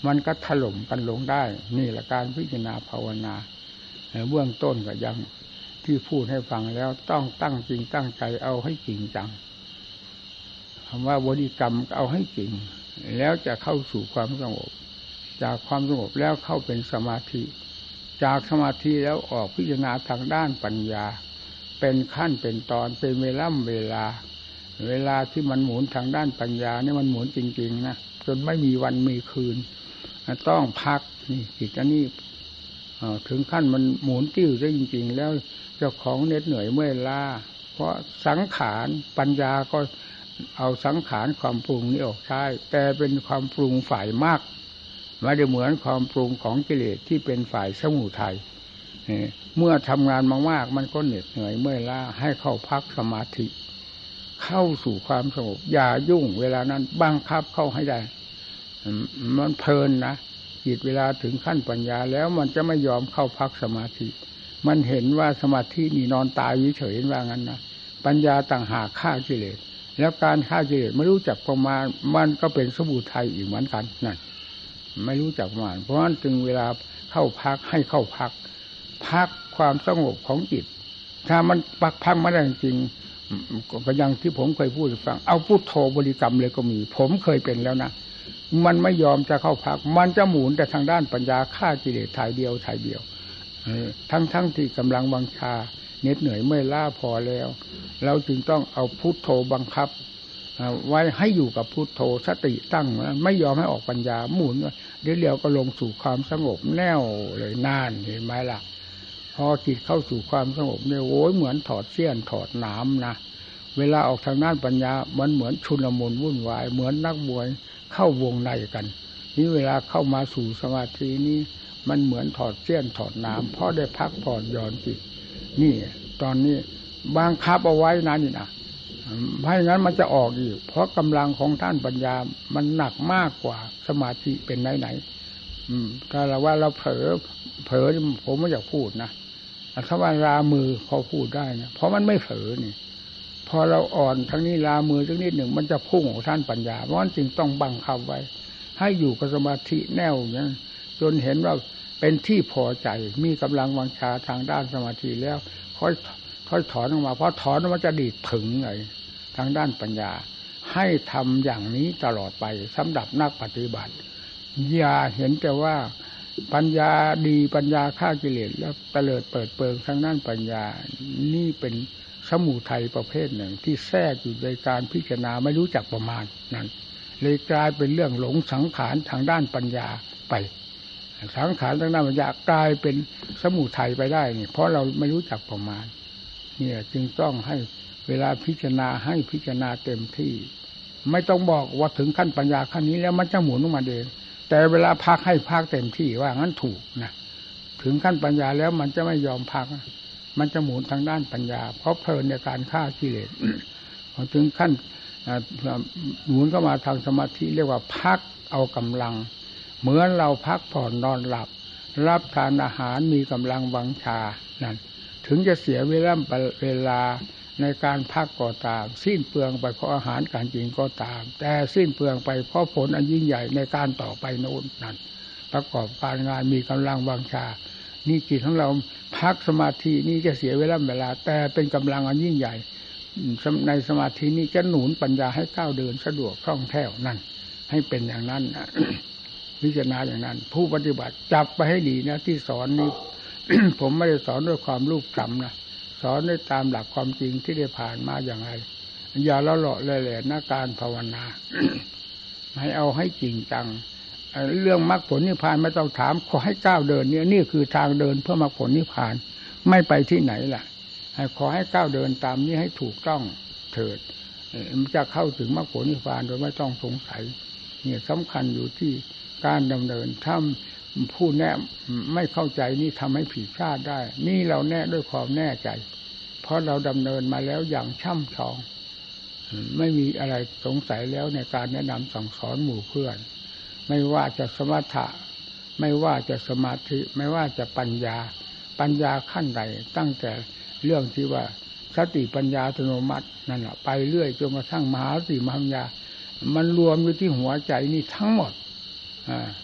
มันก็ถล่มกันลงได้นี่แหละการพิจารณาภาวนาเบื้องต้นก็ยังที่พูดให้ฟังแล้วต้องตั้งจริงตั้งใจเอาให้จริงจังคำว่าบริกรรมเอาให้จริงแล้วจะเข้าสู่ความสงบจากความสงบแล้วเข้าเป็นสมาธิจากสมาธิแล้วออกพิจารณาทางด้านปัญญาเป็นขั้นเป็นตอนเป็นเวลาที่มันหมุนทางด้านปัญญานี่มันหมุนจริงๆนะจนไม่มีวันมีคืนต้องพักนี่จิตอันนี้ถึงขั้นมันหมุนติ้วได้จริงๆแล้วเจ้าของเหน็ดเหนื่อยเมื่อยล้าเพราะสังขารปัญญาก็เอาสังขารความปรุงนี้ออกใช้แต่เป็นความปรุงฝ่ายมากไม่ได้เหมือนความปรุงของกิเลสที่เป็นฝ่ายสมุทัยเมื่อทำงานมากๆมันก็เหน็ดเหนื่อยเมื่อยล้าให้เข้าพักสมาธิเข้าสู่ความสงบอย่ายุ่งเวลานั้นบังคับเข้าให้ได้มันเพลินนะจิตเวลาถึงขั้นปัญญาแล้วมันจะไม่ยอมเข้าพักสมาธิมันเห็นว่าสมาธินี่นอนตายเฉยๆว่างั้นนะปัญญาต่างหากฆ่ากิเลสแล้วการฆ่ากิเลสไม่รู้จักประมาณมันก็เป็นสมุทัยอีกเหมือนกันนั่นไม่รู้จักประมาณเพราะฉะนั้นจึงเวลาเข้าพักให้เข้าพักความสงบของจิตถ้ามันพักไม่ได้จริงก็อย่างที่ผมเคยพูดให้ฟังเอาพุทโธบริกรรมเลยก็มีผมเคยเป็นแล้วนะมันไม่ยอมจะเข้าพักมันจะหมุนแต่ทางด้านปัญญาฆ่ากิเลสถ่ายเดียวทั้งที่กำลังวังชาเหน็ดเหนื่อยเมื่อยล้าพอแล้วเราจึงต้องเอาพุทโธบังคับไว้ให้อยู่กับพุทโธสติตั้งไม่ยอมให้ออกปัญญาหมุนเดี๋ยวก็ลงสู่ความสงบแน่วเลยนานเห็นไหมล่ะพอจิตเข้าสู่ความสงบเนี่ยโอ้ยเหมือนถอดเสี้ยนถอดหนามนะเวลาออกทางด้านปัญญามันเหมือนชุลมุนวุ่นวายเหมือนนักมวยเข้าวงในกันนี่เวลาเข้ามาสู่สมาธินี้มันเหมือนถอดเสี้ยนถอดหนามเพราะได้พักผ่อนหย่อนจิตนี่ตอนนี้บังคับเอาไว้นะนี่นะไม่งั้นมันจะออกอีกเพราะกำลังของท่านปัญญามันหนักมากกว่าสมาธิเป็นไหนถ้าเราว่าเราเผลอผมไม่อยากพูดนะถ้าว่ารามือพอพูดได้นะเพราะมันไม่เผลอนี่พอเราอ่อนทั้งนี้รามือสักนิดหนึ่งมันจะพุ่งของท่านปัญญาเพราะฉะนั้นจึงต้องบังคับไว้ให้อยู่กับสมาธิแน่วอย่างนั้นจนเห็นว่าเป็นที่พอใจมีกำลังวังชาทางด้านสมาธิแล้วค่อยถอนออกมาเพราะถอนมันจะดีดถึงไงทางด้านปัญญาให้ทำอย่างนี้ตลอดไปสำหรับนักปฏิบัติอย่าเห็นแต่ว่าปัญญาดีปัญญาฆ่ากิเลสแล้วเตลิดเปิดเปิงทางด้านปัญญานี่เป็นสมุทัยประเภทหนึ่งที่แทรกอยู่ในการพิจารณาไม่รู้จักประมาณนั้นเลยกลายเป็นเรื่องหลงสังขารทางด้านปัญญาไปสังขารทางด้านปัญญากลายเป็นสมุทัยไปได้นี่เพราะเราไม่รู้จักประมาณเนี่ยจึงต้องให้เวลาพิจารณาให้พิจารณาเต็มที่ไม่ต้องบอกว่าถึงขั้นปัญญาขั้นนี้แล้วมันจะหมุนออกมาเองแต่เวลาพักให้พักเต็มที่ว่างั้นถูกนะถึงขั้นปัญญาแล้วมันจะไม่ยอมพักมันจะหมุนทางด้านปัญญาเพราะเพลินในการฆ่ากิเลสพอถึงขั้นหมุนเข้ามาทางสมาธิเรียกว่าพักเอากำลังเหมือนเราพักผ่อนนอนหลับรับทานอาหารมีกำลังวังชานั่นถึงจะเสียเวลาในการพักก็ตามสิ้นเปลืองไปเพราะอาหารการกินก็ตามแต่สิ้นเปลืองไปเพราะผลอันยิ่งใหญ่ในการต่อไปโน้นนั่นประกอบการงานมีกำลังวังชานี่จิตของเราพักสมาธินี่จะเสียเวลาแต่เป็นกำลังอันยิ่งใหญ่ในสมาธินี้จะหนุนปัญญาให้ก้าวเดินสะดวกคล่องแคล่วนั่นให้เป็นอย่างนั้นพิจารณาอย่างนั้นผู้ปฏิบัติจับไปให้ดีนะที่สอนนี้ ผมไม่ได้สอนด้วยความรูปคำนะสอนด้วยตามหลักความจริงที่ได้ผ่านมาอย่างไรอย่าละเลาะเลยแหละนะการภาวนา ให้เอาให้จริงจังเรื่องมรรคผลนิพพานไม่ต้องถามขอให้ก้าวเดินเนี่ยนี่คือทางเดินเพื่อมรรคผลนิพพานไม่ไปที่ไหนล่ะขอให้ก้าวเดินตามนี้ให้ถูกต้องเถิดมันจะเข้าถึงมรรคผลนิพพานโดยไม่ต้องสงสัยเนี่ยสำคัญอยู่ที่การดำเนินถ้าผู้แนะไม่เข้าใจนี่ทำให้ผิดพลาดได้นี่เราแนะด้วยความแน่ใจเพราะเราดำเนินมาแล้วอย่างช่ำชองไม่มีอะไรสงสัยแล้วในการแนะนำสั่งสอนหมู่เพื่อนไม่ว่าจะสมถะไม่ว่าจะสมาธิไม่ว่าจะปัญญาขั้นใดตั้งแต่เรื่องที่ว่าสติปัญญาอัตโนมัตินั่นแหละไปเรื่อยจนกระทั่งมหาสติมหาปัญญามันรวมอยู่ที่หัวใจนี่ทั้งหมด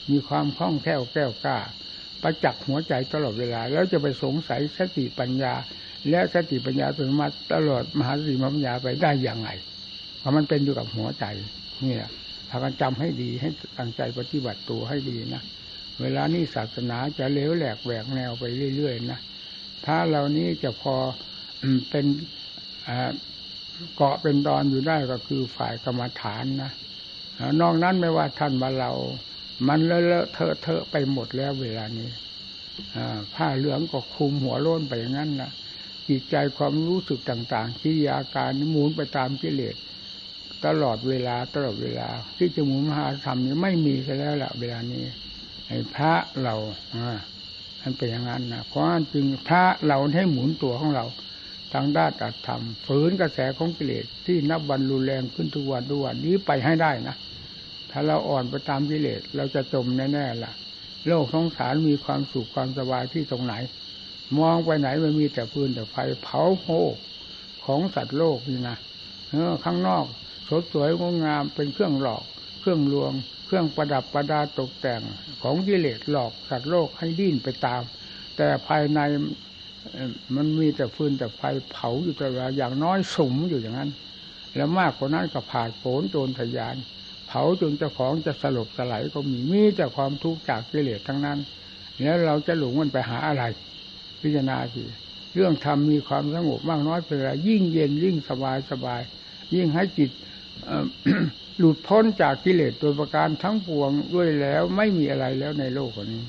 มีความคล่องแคล่วแกล้วกล้าประจักษ์หัวใจตลอดเวลาแล้วจะไปสงสัยสติปัญญาและสติปัญญาตัวมาตลอดมหาสติปัญญาไปได้อย่างไรเพราะมันเป็นอยู่กับหัวใจเนี่ยพากันจำให้ดีให้ตั้งใจปฏิบัติตัวให้ดีนะเวลานี้ศาสนาจะเลวแหลกแหวกแนวไปเรื่อยๆนะถ้าเหล่านี้จะพอเป็นเกาะเป็นดอนอยู่ได้ก็คือฝ่ายกรรมฐานนะนอกนั้นไม่ว่าท่านว่าเรามันเลอะเทอะไปหมดแล้วเวลานี้ผ้าเหลืองก็คลุมหัวโล้นไปอย่างนั้นนะจิตใจความรู้สึกต่างๆกิริยาการหมุนไปตามกิเลสตลอดเวลาที่จะหมุนมหาธรรมนี้ไม่มีซะแล้วล่ะเวลานี้ไอ้พระเรามันเป็นอย่างนั้นนะเพราะจึงพระเราให้หมุนตัวของเราทางด้านอัตธรรมฝืนกระแสของกิเลสที่นับวันรุนแรงขึ้นทุกวันนี้ไปให้ได้นะถ้าเราอ่อนไปตามกิเลสเราจะจมแน่ๆล่ะโลกสงสารมีความสุขความสบายที่ตรงไหนมองไปไหนมันมีแต่ฟืนแต่ไฟเผาโหของสัตว์โลกนี่นะข้างนอกสดสวยงดงามเป็นเครื่องหลอกเครื่องลวงเครื่องประดับประดาตกแต่งของกิเลสหลอกสัตว์โลกให้ดิ้นไปตามแต่ภายในมันมีแต่ฟืนแต่ไฟเผาอยู่ตลอดเวลาอย่างน้อยสุมอยู่อย่างนั้นแล้วมากกว่านั้นก็ผ่าโผนโจรทยานเผาจนเจ้าของจะสลบสลายก็มีแต่ความทุกข์จากกิเลสทั้งนั้นแล้วเราจะหลงมันไปหาอะไรพิจารณาสิเรื่องธรรมมีความสงบมากน้อยเป็นไรยิ่งเย็นยิ่งสบายยิ่งให้จิตหลุดพ้นจากกิเลสตัวประการทั้งปวงด้วยแล้วไม่มีอะไรแล้วในโลกนี้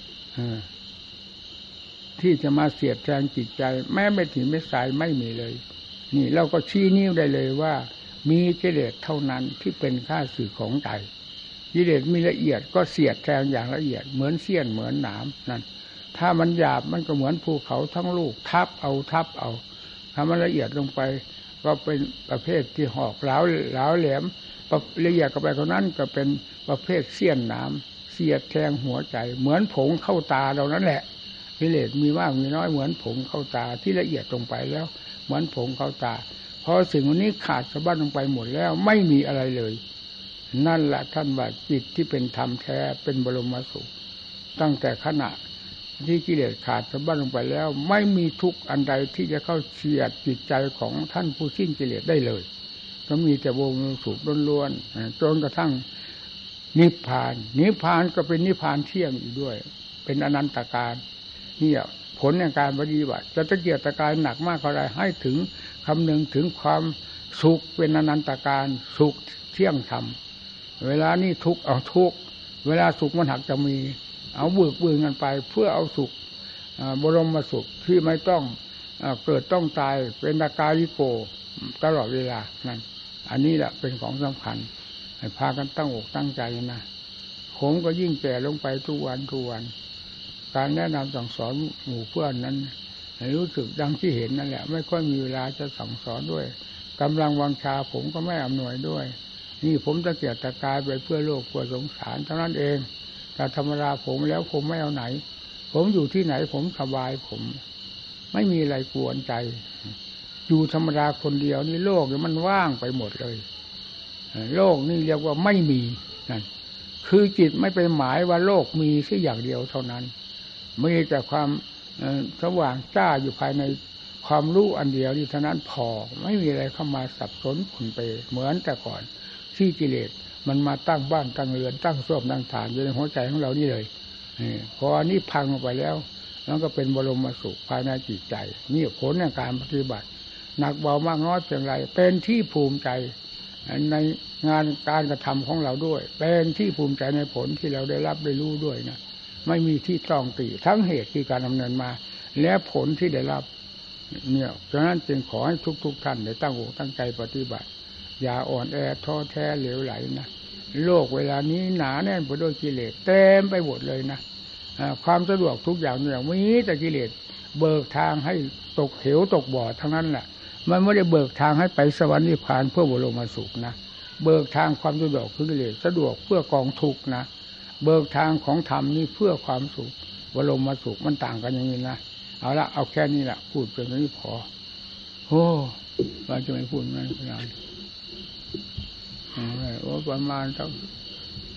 ที่จะมาเสียดแทงจิตใจแม้ไม่ถึงไม่สายไม่มีเลยนี่เราก็ชี้นิ้วได้เลยว่ามีกิเลสเท่านั้นที่เป็นข้าศึกของใจกิเลสมีละเอียดก็เสียดแทงอย่างละเอียดเหมือนเสี้ยนเหมือนหนามนั่นถ้ามันหยาบมันก็เหมือนภูเขาทั้งลูกทับเอาถ้ามันละเอียดลงไปก็เป็นประเภทที่หอกหลาวแหลมละเอียดเข้าไปเท่านั้นก็เป็นประเภทเสี้ยนหนามเสียดแทงหัวใจเหมือนผงเข้าตาเรานั่นแหละกิเลสมีมากมีน้อยเหมือนผงเข้าตาที่ละเอียดลงไปแล้วเหมือนผงเข้าตาพอสิ่งนี้ขาดสะบั้นลงไปหมดแล้วไม่มีอะไรเลยนั่นแหละท่านว่าจิตที่เป็นธรรมแท้เป็นบรมสุขตั้งแต่ขณะที่กิเลสขาดสะบั้นลงไปแล้วไม่มีทุกข์อันใดที่จะเข้าเฉียดจิตใจของท่านผู้สิ้นกิเลสได้เลยก็มีแต่บรมสุขล้วนๆจนกระทั่งนิพพานก็เป็นนิพพานเที่ยงอีกด้วยเป็นอนันตการนี่ผลในการปฏิบัติจะตะเกียกตะกายหนักมากเท่าไรให้ถึงคำนึงถึงความสุขเป็นอนันตการสุขเที่ยงธรรมเวลานี้ทุกข์เอาทุกข์เวลาสุขมันหักจะมีเอาเบือกกันไปเพื่อเอาสุขบรมสุขที่ไม่ต้องเกิดต้องตายเป็นอากาลิโกตลอดเวลานั่นอันนี้แหละเป็นของสำคัญให้พากันตั้งอกตั้งใจนะผมก็ยิ่งแก่ลงไปทุกวันการแนะนำสั่งสอนหมู่เพื่อนนั้นรู้สึกดังที่เห็นนั่นแหละไม่ค่อยมีเวลาจะสั่งสอนด้วยกำลังวังชาผมก็ไม่อำนวยด้วยนี่ผมตะเกียกตะกายไปเพื่อโลกเพื่อสงสารเท่านั้นเองแต่ธรรมดาผมแล้วผมไม่เอาไหนผมอยู่ที่ไหนผมสบายผมไม่มีอะไรกวนใจอยู่ธรรมดาคนเดียวนี่โลกมันว่างไปหมดเลยโลกนี่เรียกว่าไม่มีนั่นคือจิตไม่ไปหมายว่าโลกมีแค่อย่างเดียวเท่านั้นมีแต่ความสว่างจ้าอยู่ภายในความรู้อันเดียวนี่เท่านั้นพอไม่มีอะไรเข้ามาสับสนขุ่นเปเหมือนแต่ก่อนที่กิเลสมันมาตั้งบ้านตั้งเรือนตั้งส้วมตั้งฐานอยู่ในหัวใจของเรานี่เลยพออันนี้พังออกไปแล้วมันก็เป็นบรมสุขภายในจิตใจนี่ผลในการปฏิบัติหนักเบามากน้อยเพียงไรเป็นที่ภูมิใจในงานการกระทำของเราด้วยเป็นที่ภูมิใจในผลที่เราได้รับได้รู้ด้วยนะไม่มีที่ต้องติทั้งเหตุที่การดำเนินมาและผลที่ได้รับเนี่ยฉะนั้นจึงขอให้ทุกท่านได้ตั้งอกตั้งใจปฏิบัติอย่าอ่อนแอท้อแท้เหลวไหลนะโลกเวลานี้หนาแน่นไปด้วยกิเลสเต็มไปหมดเลยนะความสะดวกทุกอย่างเนี่ยมีแต่กิเลสเบิกทางให้ตกเหวตกบ่อทั้งนั้นแหละมันไม่ได้เบิกทางให้ไปสวรรค์นิพพานเพื่อบรมสุขนะเบิกทางความสะดวกคือกิเลสสะดวกเพื่อกองทุกข์นะเบิกทางของธรรมนี่เพื่อความสุขบรมสุขมันต่างกันอย่างนี้นะเอาละเอาแค่นี้แหละพูดเป็นนี้พอโอ้ว่าจะไม่พูดไม่นานโอ้ประมาณสัก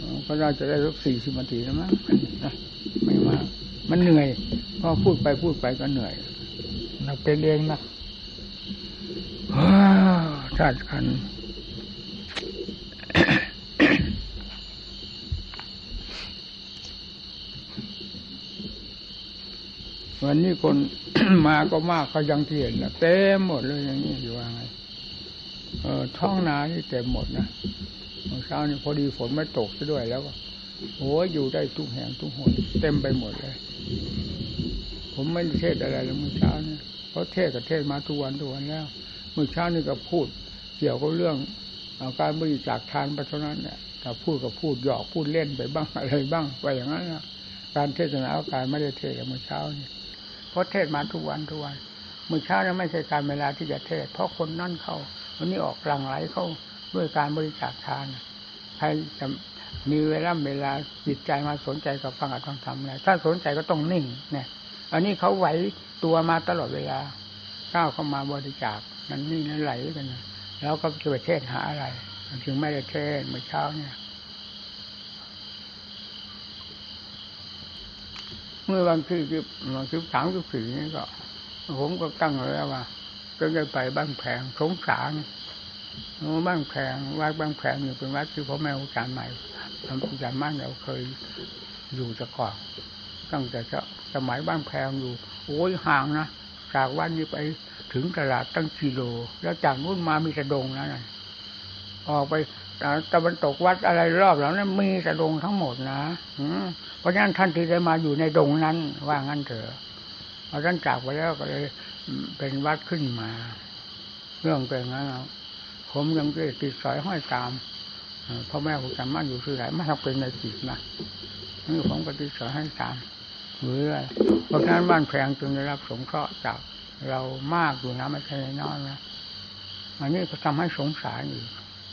ก็น่าจะได้สัก40 นาทีนะมั้งนะไม่มากมันเหนื่อยพอพูดไปก็เหนื่อยนักเป็นเองนะชาติกัน วันนี้คน มาก็มากก็ยังที่เห็นนะเต็มหมดเลยอย่างนี้อยู่ว่าไงท้องนานี่เต็มหมดนะเช้านี้พอดีฝนไม่ตกซะด้วยแล้วก็โอ้ยอยู่ได้ทุกแห่งทุกหนเต็มไปหมดเลยผมไม่ได้เทศอะไรเลยเมื่อเช้านี้เพราะเทศกับเทศมาทุกวันแล้วเมื่อเช้านี่ก็พูดเกี่ยวกับเรื่องการบริจาคทานไปเท่านั้นเนี่ยถ้าพูดก็พูดหยอกพูดเล่นไปบ้างอะไรบ้างไปอย่างนั้นนะการเทศนาการไม่ได้เทศเมื่อเช้านี่เพราะเทศมาทุกวันเมื่อเช้านี่ไม่ใช่การเวลาที่จะเทศเพราะคนนั่นเข้าวันนี้ออกหลั่งไหลเข้าด้วยการบริจาคทานใครจะมีเวลาจิตใจมาสนใจกับฟังอัดฟังธรรมอะไรถ้าสนใจก็ต้องนิ่งเนี่ยอันนี้เขาไหวตัวมาตลอดเวลาก้าวเข้ามาบริจาคนั่นนี่นั่นไหลกันนะแล้วก็จะไปเทศหาอะไรจึงไม่ได้เทศเมื่อเช้าเนี่ยเมื่อวันที่13-14นี่ก็ผมก็ตั้งเลยว่าก็จะไปบ้านแพงสงสารบ้านแพงวัดบ้านแพงอยู่เป็นวัดที่พ่อแม่อาจารย์ใหม่อาจารย์มั่นเราเคยอยู่แต่ก่อนตั้งแต่สมัยบ้านแพงอยู่โอ้ยห่างนะจากวัดนี้ไปถึงตลาดตั้งกิโลแล้วจากนู้นมามีแต่ดงนะออกไปตะวันตกวัดอะไรรอบแล้วนั้นมีแต่ดงทั้งหมดนะเพราะฉะนั้นท่านที่ได้มาอยู่ในดงนั้นว่างั้นเถอะพอท่านจากไปแล้วก็เลยเป็นวัดขึ้นมาเรื่องเป็นงั้นผมยังติดสอยห้อยตามพ่อแม่ผมจำมั่นอยู่ที่ไหนไม่ทำเป็นในจิตนะนี่ผมก็ติดสอยให้ตามหรืออะไรเพราะฉะนั้นบ้านแพงจึงได้รับสงเคราะห์จากเรามากอยู่นะไม่ใช่น้อยนะอันนี้ก็ทำให้สงสารอีก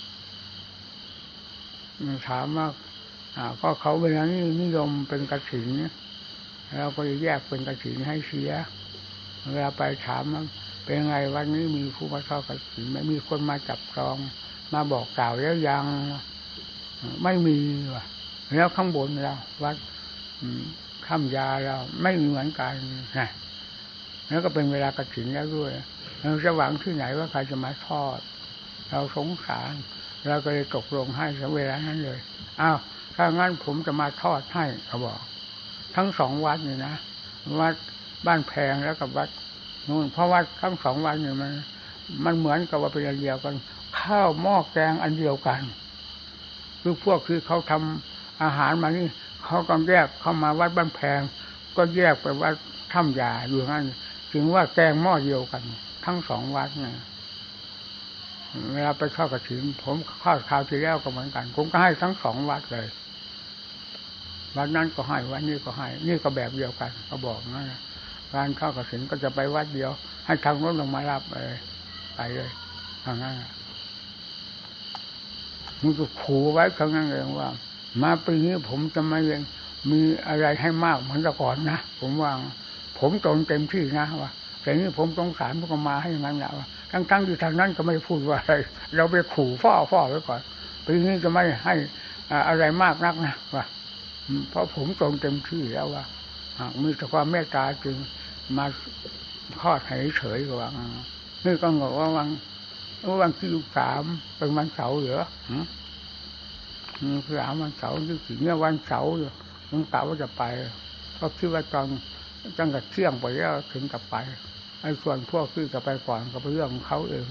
ถามว่าก็เขาเวลานี้นิยมเป็นกฐินเราก็แยกเป็นกฐินให้เสียเวลาไปถามว่าเป็นไงวันนี้มีผู้มาทอดกฐินไม่มีคนมาจับจองมาบอกกล่าวแล้วยังไม่มีว่ะแล้วข้างบนเราวัดข้ามยาเราไม่เหมือนกันนะแล้วก็เป็นเวลากฐินแล้วด้วยเราจะหวังที่ไหนว่าใครจะมาทอดเราสงสารเราก็เลยตกลงให้เวลานั้นเลยอ้าวถ้างั้นผมจะมาทอดให้เขาบอกทั้ง2 วัดนี่นะวัดบ้านแพงแล้วกับวัดนู่นเพราะว่าทั้ง2 วัดนี่มันเหมือนกับว่าเป็นอันเดียวกันข้าวหม้อแกงอันเดียวกันคือเขาทำอาหารมานี่เขาก็แยกเข้ามาวัดบ้านแพงก็แยกไปวัดถ้ำยาอยู่งั้นถึงว่าแกงหม้อเดียวกันทั้ง2 วัดเนี่ยเวลาไปเข้ากฐินผมเข้าคราวที่แล้วก็เหมือนกันผมก็ให้ทั้ง2 วัดเลยวัดนั้นก็ให้วัดนี้ก็ให้นี่ก็แบบเดียวกันก็บอกนั่นนะการเข้ากฐินก็จะไปวัดเดียวให้ทางโน้นลงมารับไปเลยทางนั้นมันก็ขู่ไว้ครั้งนั้นเองว่ามาปีนี้ผมจะไม่มีอะไรให้มากเหมือนแต่ก่อนนะผมว่าผมตนเต็มที่นะว่าแต่นี่ผมสงสารพวกมาให้อย่างนั้นแหละว่าทั้งอยู่ทางนั้นก็ไม่พูดว่าอะไรเราไปขู่ฟ้อไว้ก่อนปีนี้จะไม่ให้อะไรมากนักนะว่าเพราะผมตนเต็มที่แล้วว่ามีแต่ความเมตตาจึงมาทอดให้เฉยกว่านี่ก็บอกว่าวันที่3เป็นวันเสาร์เหรอคือวันเสาร์ที่ถึงเนี่ยวันเสาร์อยู่ลุงกะว่าจะไปเพราะคิดว่าตั้งแต่เที่ยงไปแล้วถึงกลับไปไอ้ส่วนพวกที่จะไปก่อนก็เป็นเรื่องของเขาเอง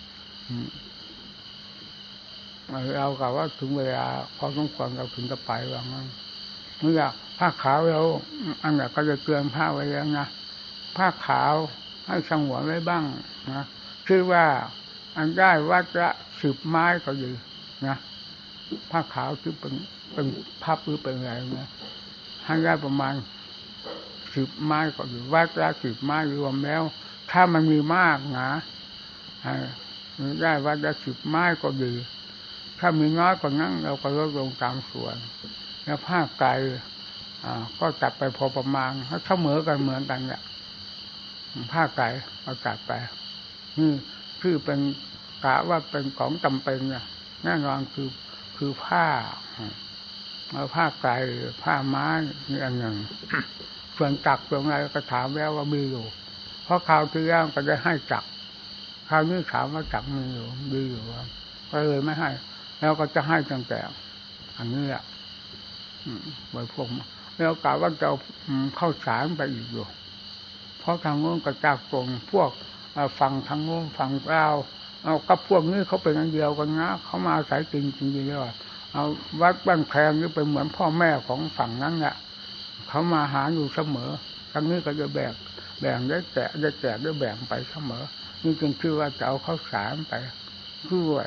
เรากะว่าถึงเวลาพอสมควรเราถึงจะไปว่างั้นเมื่อผ้าขาวเราอันนั้นก็จะเตือนผ้าไว้แล้วนะผ้าขาวให้สงวนไว้บ้างนะคือว่าอันได้วัดละ10 ไม้ก็อยู่นะผ้าขาวที่เป็นพับหรือเป็นอะไรนะให้ได้ประมาณ10 ไม้ก็อยู่วัดละ10 ไม้รวมแล้วถ้ามันมีมากนะได้วัดละ10 ไม้ก็ดีถ้ามีน้อยกว่านั้นเราก็ลดลงตามส่วนแล้วผ้าไก่ก็จัดไปพอประมาณเสมอกันเหมือนกันเนี่ยผ้าไก่ก็จัดไปนี่คือเป็นกะว่าเป็นของจำเป็นเนี่ยแน่นอนคือผ้าเอาผ้าไก่ผ้าม้านี่อันหนึ่งส่วนจักรส่วนอะไรก็ถามแล้วว่ามีอยู่เพราะคราวที่แล้วก็ได้ให้จักรคราวนี้ถามว่าจักรมีอยู่ก็เลยไม่ให้แล้วก็จะให้ตั้งแต่อันนี้แหละไว้พวกแล้วกล่าวว่าจะเข้าสารไปอีกอยู่เพราะทางโน้นก็จากตรงพวกฝั่งทางโน้นฝั่งเราเอากับพวกนี้เขาเป็นอันเดียวกันนะเขามาอาศัยจริงๆเลยเอาวัดบ้านแพงนี่เป็นเหมือนพ่อแม่ของฝั่งนั้นแหละเขามาหาอยู่เสมอทางนี้ก็จะแบ่งได้แจกได้แบ่งไปเสมอนี่จึงชื่อว่าจะเอาข้าวสารไปด้วย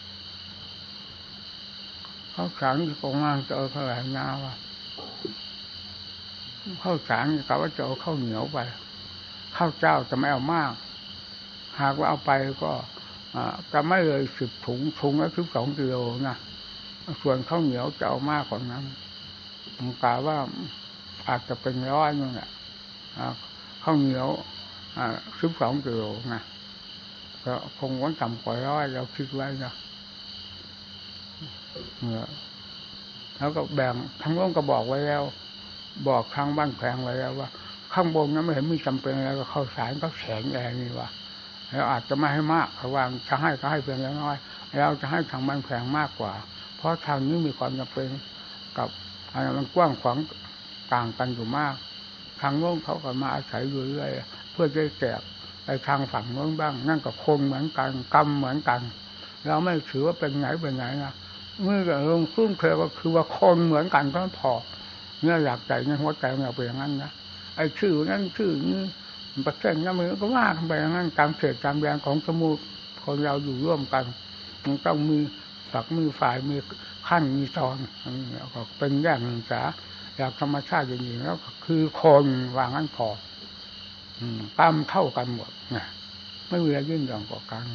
ข้าวสารที่ของงานจะเอาเท่าไหร่นาว่าข้าวสารนี่เขาว่าจะเอาข้าวเหนียวไปข้าวเจ้าจะไม่เอามากหากว่าเอาไปก็จะไม่เลย10 ถุงละ12 กิโลนะส่วนข้าวเหนียวจะเอามากกว่านั้นผมกล่าวว่าอาจจะเป็น100นึงแหละข้าวเหนียว12 กิโลนะก็คงวันต่ำกว่า100เราคิดไว้นะแล้วก็แบ่งทั้งโน้นก็บอกไว้แล้วบอกทางบ้านแพงไว้แล้วว่าข้างบนนั้นไม่เห็นมีจำเป็นอะไรก็ข้าวสารก็แข็งแรงนี่ว่าแล้วอาจจะไม่ให้มากเพราะว่าจะให้ก็ให้เพียงน้อยเราจะให้ทางบ้านแพงมากกว่าเพราะทางนี้มีความจำเป็นกับอะไรมันกว้างขวางต่างกันอยู่มากทางโน้นเขาก็มาอาศัยอยู่เรื่อยเพื่อจะแจกไปทางฝั่งโน้นบ้างนั่นก็คนเหมือนกันกรรมเหมือนกันเราไม่ถือว่าเป็นไหนนะเมื่อลงซุ้มเคยก็คือว่าคนเหมือนกันก็พอเนี่ยอยากใจในหัวใจเราเป็นอย่างนั้นนะไอ้ชื่อนั้นชื่อนี้ประเทศนั้นมันก็ว่ากันไปอย่างนั้นตามเศษตามแรงของสมุทรคนเราอยู่ร่วมกันมันต้องมีฝักมีฝ่ายมีขั้นมีตอนก็เป็นแยกหนึ่งสาอยากธรรมชาติอย่างนี้แล้วคือคนวางนั้นพอตามเท่ากันหมดนะไม่มีอะไรยิ่งหย่อนกว่ากัน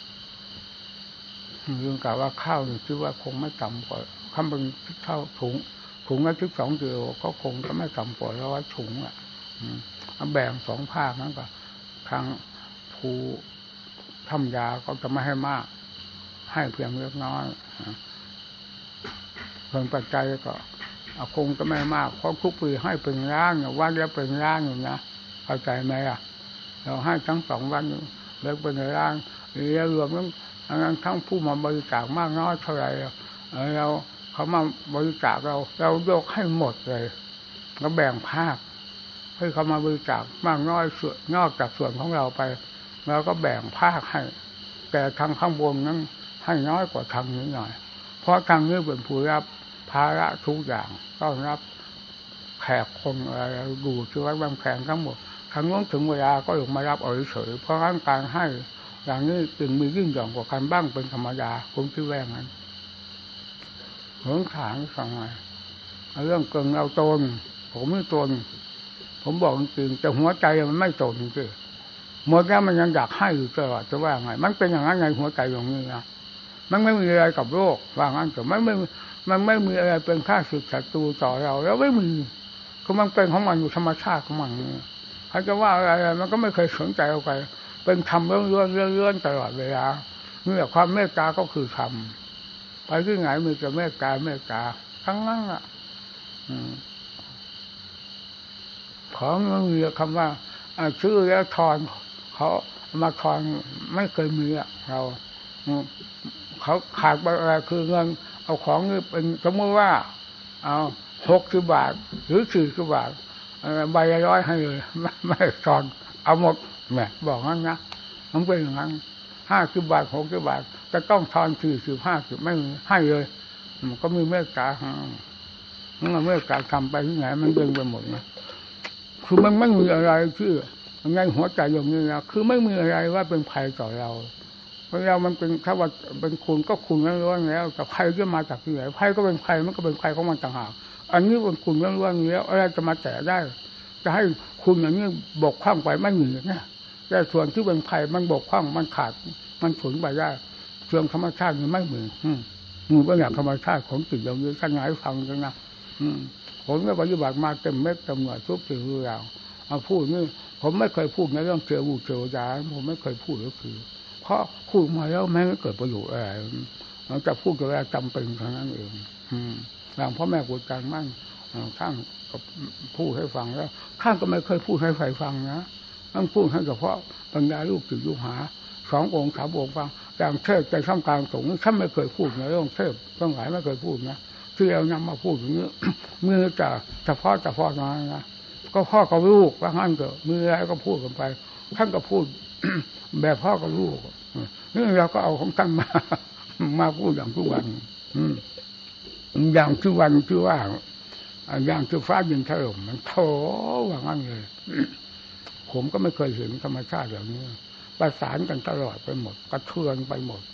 เรื่องกล่าวว่าข้าวนี่คิดว่าคงไม่ต่ำกว่าคำเป็นเท่าถุงละ12 กิโลก็คงจะไม่ต่ำกว่า100 ถุงอ่ะแบ่ง2 ภาคนั้นก็ทางภูทำยาก็จะไม่ให้มากให้เพียงเล็กน้อยเพิ่มปัจจัยก็คงจะไม่มากเพราะทุกปีให้เป็นล้านวันแล้วเป็นล้านอยู่นะเข้าใจไหมเราให้ทั้ง2 วันแล้วเป็นล้านแล้วรวมทั้งผู้มาบริจาคมากน้อยเท่าไหร่เราเขามาบริจาคเรายกให้หมดเลยแล้วแบ่งภาคให้เขามาบริจาคมากน้อยส่วนนอกจากส่วนของเราไปเราก็แบ่งภาคให้แต่ทางข้างบนนั้นให้น้อยกว่าทางนี้หน่อยเพราะทางนี้เป็นผู้รับภาระทุกอย่างต้องรับแขกคนอะไรดูที่วัดบางแพงทั้งหมดทางโน้นถึงเวลาก็ลงมารับเฉยเพราะการให้อย่างนี้จึงมียิ่งหย่อนกว่ากันบ้างเป็นธรรมดาผมคิดว่างั้นเหิงขางสั่งไงเรื่องเกินเอาตนผมไม่ตนผมบอกจริงแต่หัวใจมันไม่ตนจริงหมดแล้วมันยังอยากให้อยู่ตลอดจะว่าไงมันเป็นอย่างนั้นไงหัวใจอย่างนี้นะมันไม่มีอะไรกับโลกว่างั้นแต่มันไม่มีอะไรเป็นข้าศึกศัตรูต่อเราแล้วไม่มีคือมันเป็นของมันอยู่ธรรมชาติของมันเขาจะว่าอะไรมันก็ไม่เคยสนใจเอาไปเป็นธรรมเรื่องตลอดเวลาเนี่ยความเมตตาก็คือธรรมไปที่ไหนมีแต่เมตตาทั้งนั้นอ่ะของมันมีคำว่าชื่อแล้วทอนเขามาทอนไม่เคยมีเราเขาขาดอะไรคือเงินเอาของนี่เป็นสมมติว่าเอา60 บาทหรือ40 บาทใบละ100ให้เลยไม่ทอนเอาหมดแม่บอกงั้นนะมันเป็นอย่างนั้น50 บาท60 บาทจะต้องทอน40 50ไม่ให้เลยมันก็มีเมตตามันเมตตาทำไปที่ไหนมันเดินไปหมดนะคือมันไม่มีอะไรที่ในหัวใจอย่างนี้นะคือไม่มีอะไรว่าเป็นภัยต่อเราเพราะเรามันเป็นถ้าว่าเป็นคุณก็คุณล้วนๆแล้วแต่ภัยก็มาจากที่ไหนภัยก็เป็นภัยมันก็เป็นภัยของมันต่างหากอันนี้เป็นคุณล้วนๆแล้วอะไรจะมาแตะได้จะให้คุณอย่างนี้บกพร่องไปไม่มีนะแต่ส่วนที่เป็นภัยมันบกพร่องมันขาดมันสูญไปได้เรื่องธรรมชาติมันไม่มีมือเป็นอย่างธรรมชาติของจิตอย่างนี้ท่านให้ฟังกันนะผมก็ปฏิบัติมาเต็มเม็ดเต็มหน่วยทุกสิ่งทุกอย่างพูดนี่ผมไม่เคยพูดในเรื่องเจอเจอยาผมไม่เคยพูดก็คือเพราะพูดมาแล้วแม้ไม่เกิดประโยชน์อะไรมันจะพูดก็แล้วจำเป็นเท่านั้นเองอย่างพ่อแม่ครูอาจารย์มั่นข้างก็พูดให้ฟังแล้วข้างก็ไม่เคยพูดให้ใครฟังนะต้องพูดให้เฉพาะบรรดาลูกศิษย์ลูกหา2 องค์ 3 องค์ฟังอย่างเทศใจท่ามกลางสงฆ์ท่านไม่เคยพูดในเรื่องเทศเรื่องหลายไม่เคยพูดนะที่เรานำมาพูดอย่างนี้มือจะเฉพาะนะก็พ่อกับลูกว่างั้นเถอะมืออะไรก็พูดกันไปท่านก็พูดแบบพ่อกับลูกนี่เราก็เอาของท่านมาพูดอย่างทุกวันอย่างทุกวันคือว่าอย่างคือฟ้ายิงถล่มมันโถว่างั้นเลยผมก็ไม่เคยเห็นธรรมชาติอย่างนี้ประสานกันตลอดไปหมดกระเทือนไปหมด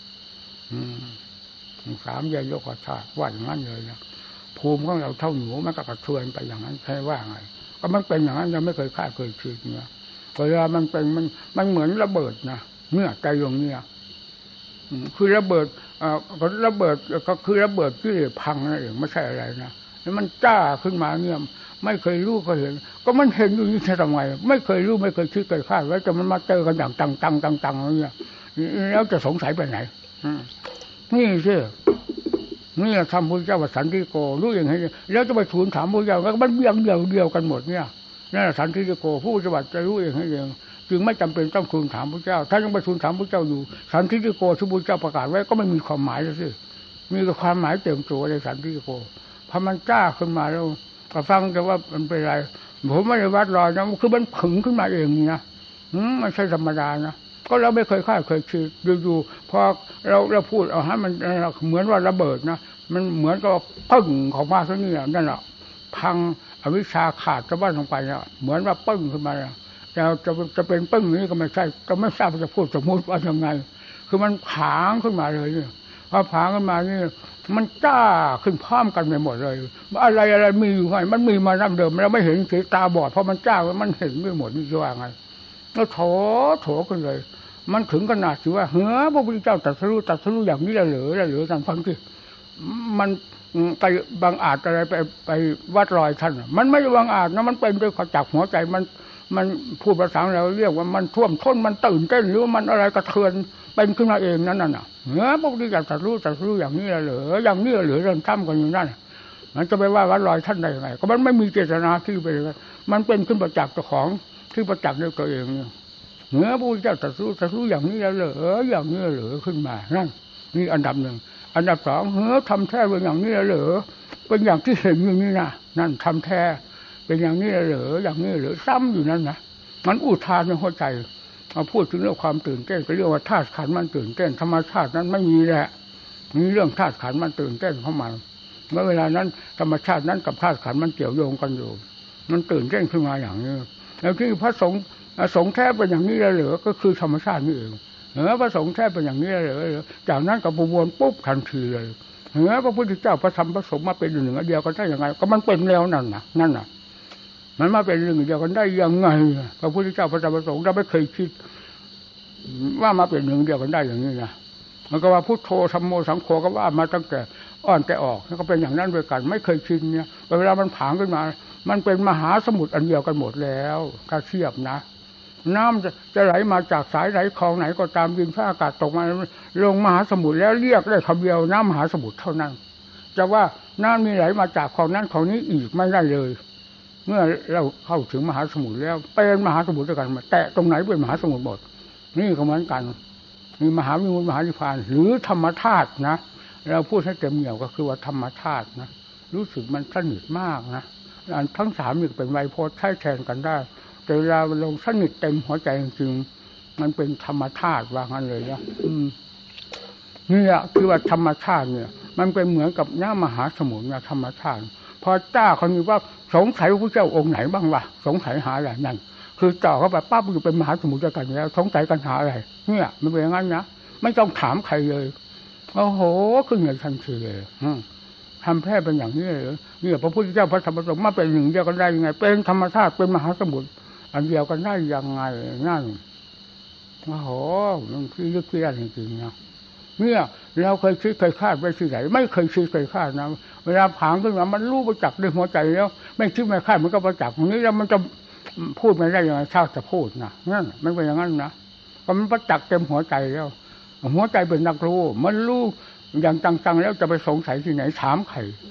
3 ยกธาตุว่าอย่างนั้นเลยนะภูมิของเราเท่าหนูมันก็กระเทือนไปอย่างนั้นใช่ว่าไงก็มันเป็นอย่างนั้นยังไม่เคยคาดเคยคิดเนี่ยเวลามันเป็นมันเหมือนระเบิดนะเนี่ยใจดวงเนี่ยคือระเบิดระเบิดก็คือระเบิดที่พังนั่นเองไม่ใช่อะไรนะแล้วมันจ้าขึ้นมาเนี่ยไม่เคยรู้ก็เห็นก็มันเห็นอยู่นี่ทำไมไม่เคยรู้ไม่เคยคิดเคยคาดไว้แต่มันมาเจอกันอย่างตังเนี่ยแล้วจะสงสัยไปไหนนี่สินี่ทำพุทธเจ้าสันติโกรู้อย่างไรแล้วจะไปทูลถามพุทธเจ้าก็มันเดียวกันหมดเนี่ยนั่นสันติโกผู้ปฏิบัติจะรู้เองให้เองจึงไม่จำเป็นต้องทูลถามพุทธเจ้าถ้ายังไปทูลถามพุทธเจ้าอยู่สันติโกที่พุทธเจ้าประกาศไว้ก็ไม่มีความหมายแล้วสิมีแต่ความหมายเต็มตัวในสันติโกพอมันจ้าขึ้นมาแล้วก็ฟังแต่ว่ามันเป็นไรผมไม่ได้วัดรอยนะคือมันผึ่งขึ้นมาเองนะไม่ใช่ธรรมดานะก็เราไม่เคยคาดเคยคิดอยู่พอเราพูดเอาให้มันเหมือนว่าระเบิดนะมันเหมือนกับปึ้งของมาซะนี่นั่นแหละพังอวิชชาขาดสะบั้นลงไปเนี่ยเหมือนว่าปึ้งขึ้นมาจะเป็นปึ้งนี้ก็ไม่ใช่ก็ไม่ทราบจะพูดสมมติว่ายังไงคือมันผางขึ้นมาเลยเนี่ยพอผางขึ้นมานี่มันจ้าขึ้นพร้อมกันไปหมดเลยอะไรมีอยู่ไงมันมีมาดั้งเดิมเราไม่เห็นสีตาบอดเพราะมันจ้ามันเห็นไม่หมดนี่จะว่าไงแล้วโถกันเลยมันถึงขนาดที่ว่าพระพุทธเจ้าตรัสรู้อย่างนี้เหลือท่านฟังที่มันไปบางอาจอะไรไปวัดรอยท่านมันไม่บางอาจนะมันเป็นด้วยขจักหัวใจมันพูดภาษาเราเรียกว่ามันท่วมท้นมันตื่นเต้นหรือมันอะไรกระเทือนเป็นขึ้นมาเองนั่นน่ะพระพุทธเจ้าตรัสรู้อย่างนี้เหลืออย่างนี้เหลือเรื่องทำกันอยู่นั่นมันจะไปว่าวัดรอยท่านได้ยังไงก็มันไม่มีเจตนาที่ไปมันเป็นขึ้นประจักษ์เจ้าของที่ประจักษ์ด้วยตัวเองเนี่ยพระพุทธเจ้าตรัสรู้อย่างนี้เหลืออย่างนี้เหลือขึ้นมานั่นนี่อันดับ 1อันดับ 2ทำแท้เป็นอย่างนี้เหลือเป็นอย่างที่เห็นอย่างนี้นะนั่นทำแท้เป็นอย่างนี้เหลืออย่างนี้เหลือซ้ำอยู่นั่นนะมันอุทานในหัวใจมาพูดถึงเรื่องความตื่นเต้นก็เรียกว่าธาตุขันธ์มันตื่นเต้นธรรมชาตินั้นไม่มีแหละมีเรื่องธาตุขันธ์มันตื่นเต้นเข้ามาเมื่อเวลานั้นธรรมชาตินั้นกับธาตุขันธ์มันเกี่ยวโยงกันอยู่มันตื่นเต้นขึ้นมาอย่างนี้แล้วที่พระสงฆ์แท้เป็นอย่างนี้เหลือก็คือธรรมชาตินี่เองพระสงฆ์แท้เป็นอย่างนี้เหลือจากนั้นก็ประมวลปุ๊บทันทีเลยพระพุทธเจ้าพระธรรมพระสงฆ์มาเป็นหนึ่งเดียวกันได้ยังไงก็มันเป็นแล้วนั่นน่ะมันมาเป็นหนึ่งเดียวกันได้ยังไงพระพุทธเจ้าพระธรรมพระสงฆ์เราไม่เคยคิดว่ามาเป็นหนึ่งเดียวกันได้อย่างนี้นะมันก็ว่าพุทโธธัมโมสังโฆก็ว่ามาตั้งแต่อ่อนแต่ออกแล้วก็เป็นอย่างนั้นด้วยกันไม่เคยคิดเนี่ยเวลามันผางขึ้นมามันเป็นมหาสมุทรอันเดียวกันหมดแล้วถ้าเทียบนะน้ำจะไหลมาจากสายไหลคลองไหนก็ตามดินฟ้าอากาศตกมาลงมหาสมุทรแล้วเรียกได้คำเดียวน้ำมหาสมุทรเท่านั้นจะว่าน้ำมีไหลมาจากคลองนั้นคลองนี้อีกไม่ได้เลยเมื่อเราเข้าถึงมหาสมุทรแล้วเป็นมหาสมุทรด้วยกันแตะตรงไหนเป็นมหาสมุทรหมดนี่ก็เหมือนกันมีมหาวิมุตติมหานิพพานหรือธรรมธาตุนะเราพูดให้เต็มเหนี่ยวก็คือว่าธรรมธาตุนะรู้สึกมันสนิทมากนะทั้ง3นี่เป็นไวยพจน์ใช้แทนกันได้แต่เวลาลงสนิทเต็มหัวใจจริงๆมันเป็นธรรมธาตุว่างั้นเลยนะนี่แหละคือว่าธรรมชาติเนี่ยมันเป็นเหมือนกับน้ำมหาสมุทรนะธรรมชาติพอจ้าคนนี้ว่าสงสัยพระเจ้าองค์ไหนบ้างวะสงสัยหาอะไรนั่นคือจ่อเข้าไปปั๊บอยู่เป็นมหาสมุทรกันแล้วสงสัยกันหาอะไรเนี่ยมันเป็นอย่างนั้นนะไม่ต้องถามใครเลยโอ้โหขึ้นเงินทันทีเลยทำแท้เป็นอย่างนี้เลยเนี่ยพระพุทธเจ้าพระธรรมพระสงฆ์มาเป็นหนึ่งเดียวกันได้ยังไงเป็นธรรมชาติเป็นมหาสมุทรอันเดียวกันได้ยังไงนั่นโอ้โหมันคือลึกซึ้งจริงๆนะเนี่ยเราเคยคิดเคยคาดไว้ที่ไหนไม่เคยคิดเคยคาดนะเวลาผางขึ้นมามันรู้ประจักษ์ด้วยหัวใจแล้วไม่คิดไม่คาดมันก็ประจักษ์ตรงนี้แล้วมันจะพูดไม่ได้ยังไงถ้าจะพูดนะนั่นไม่เป็นอย่างนั้นนะก็มันประจักษ์เต็มหัวใจแล้วหัวใจเป็นนักรู้มันรู้อย่างจังๆแล้วจะไปสงสัยที่ไหนถามใคร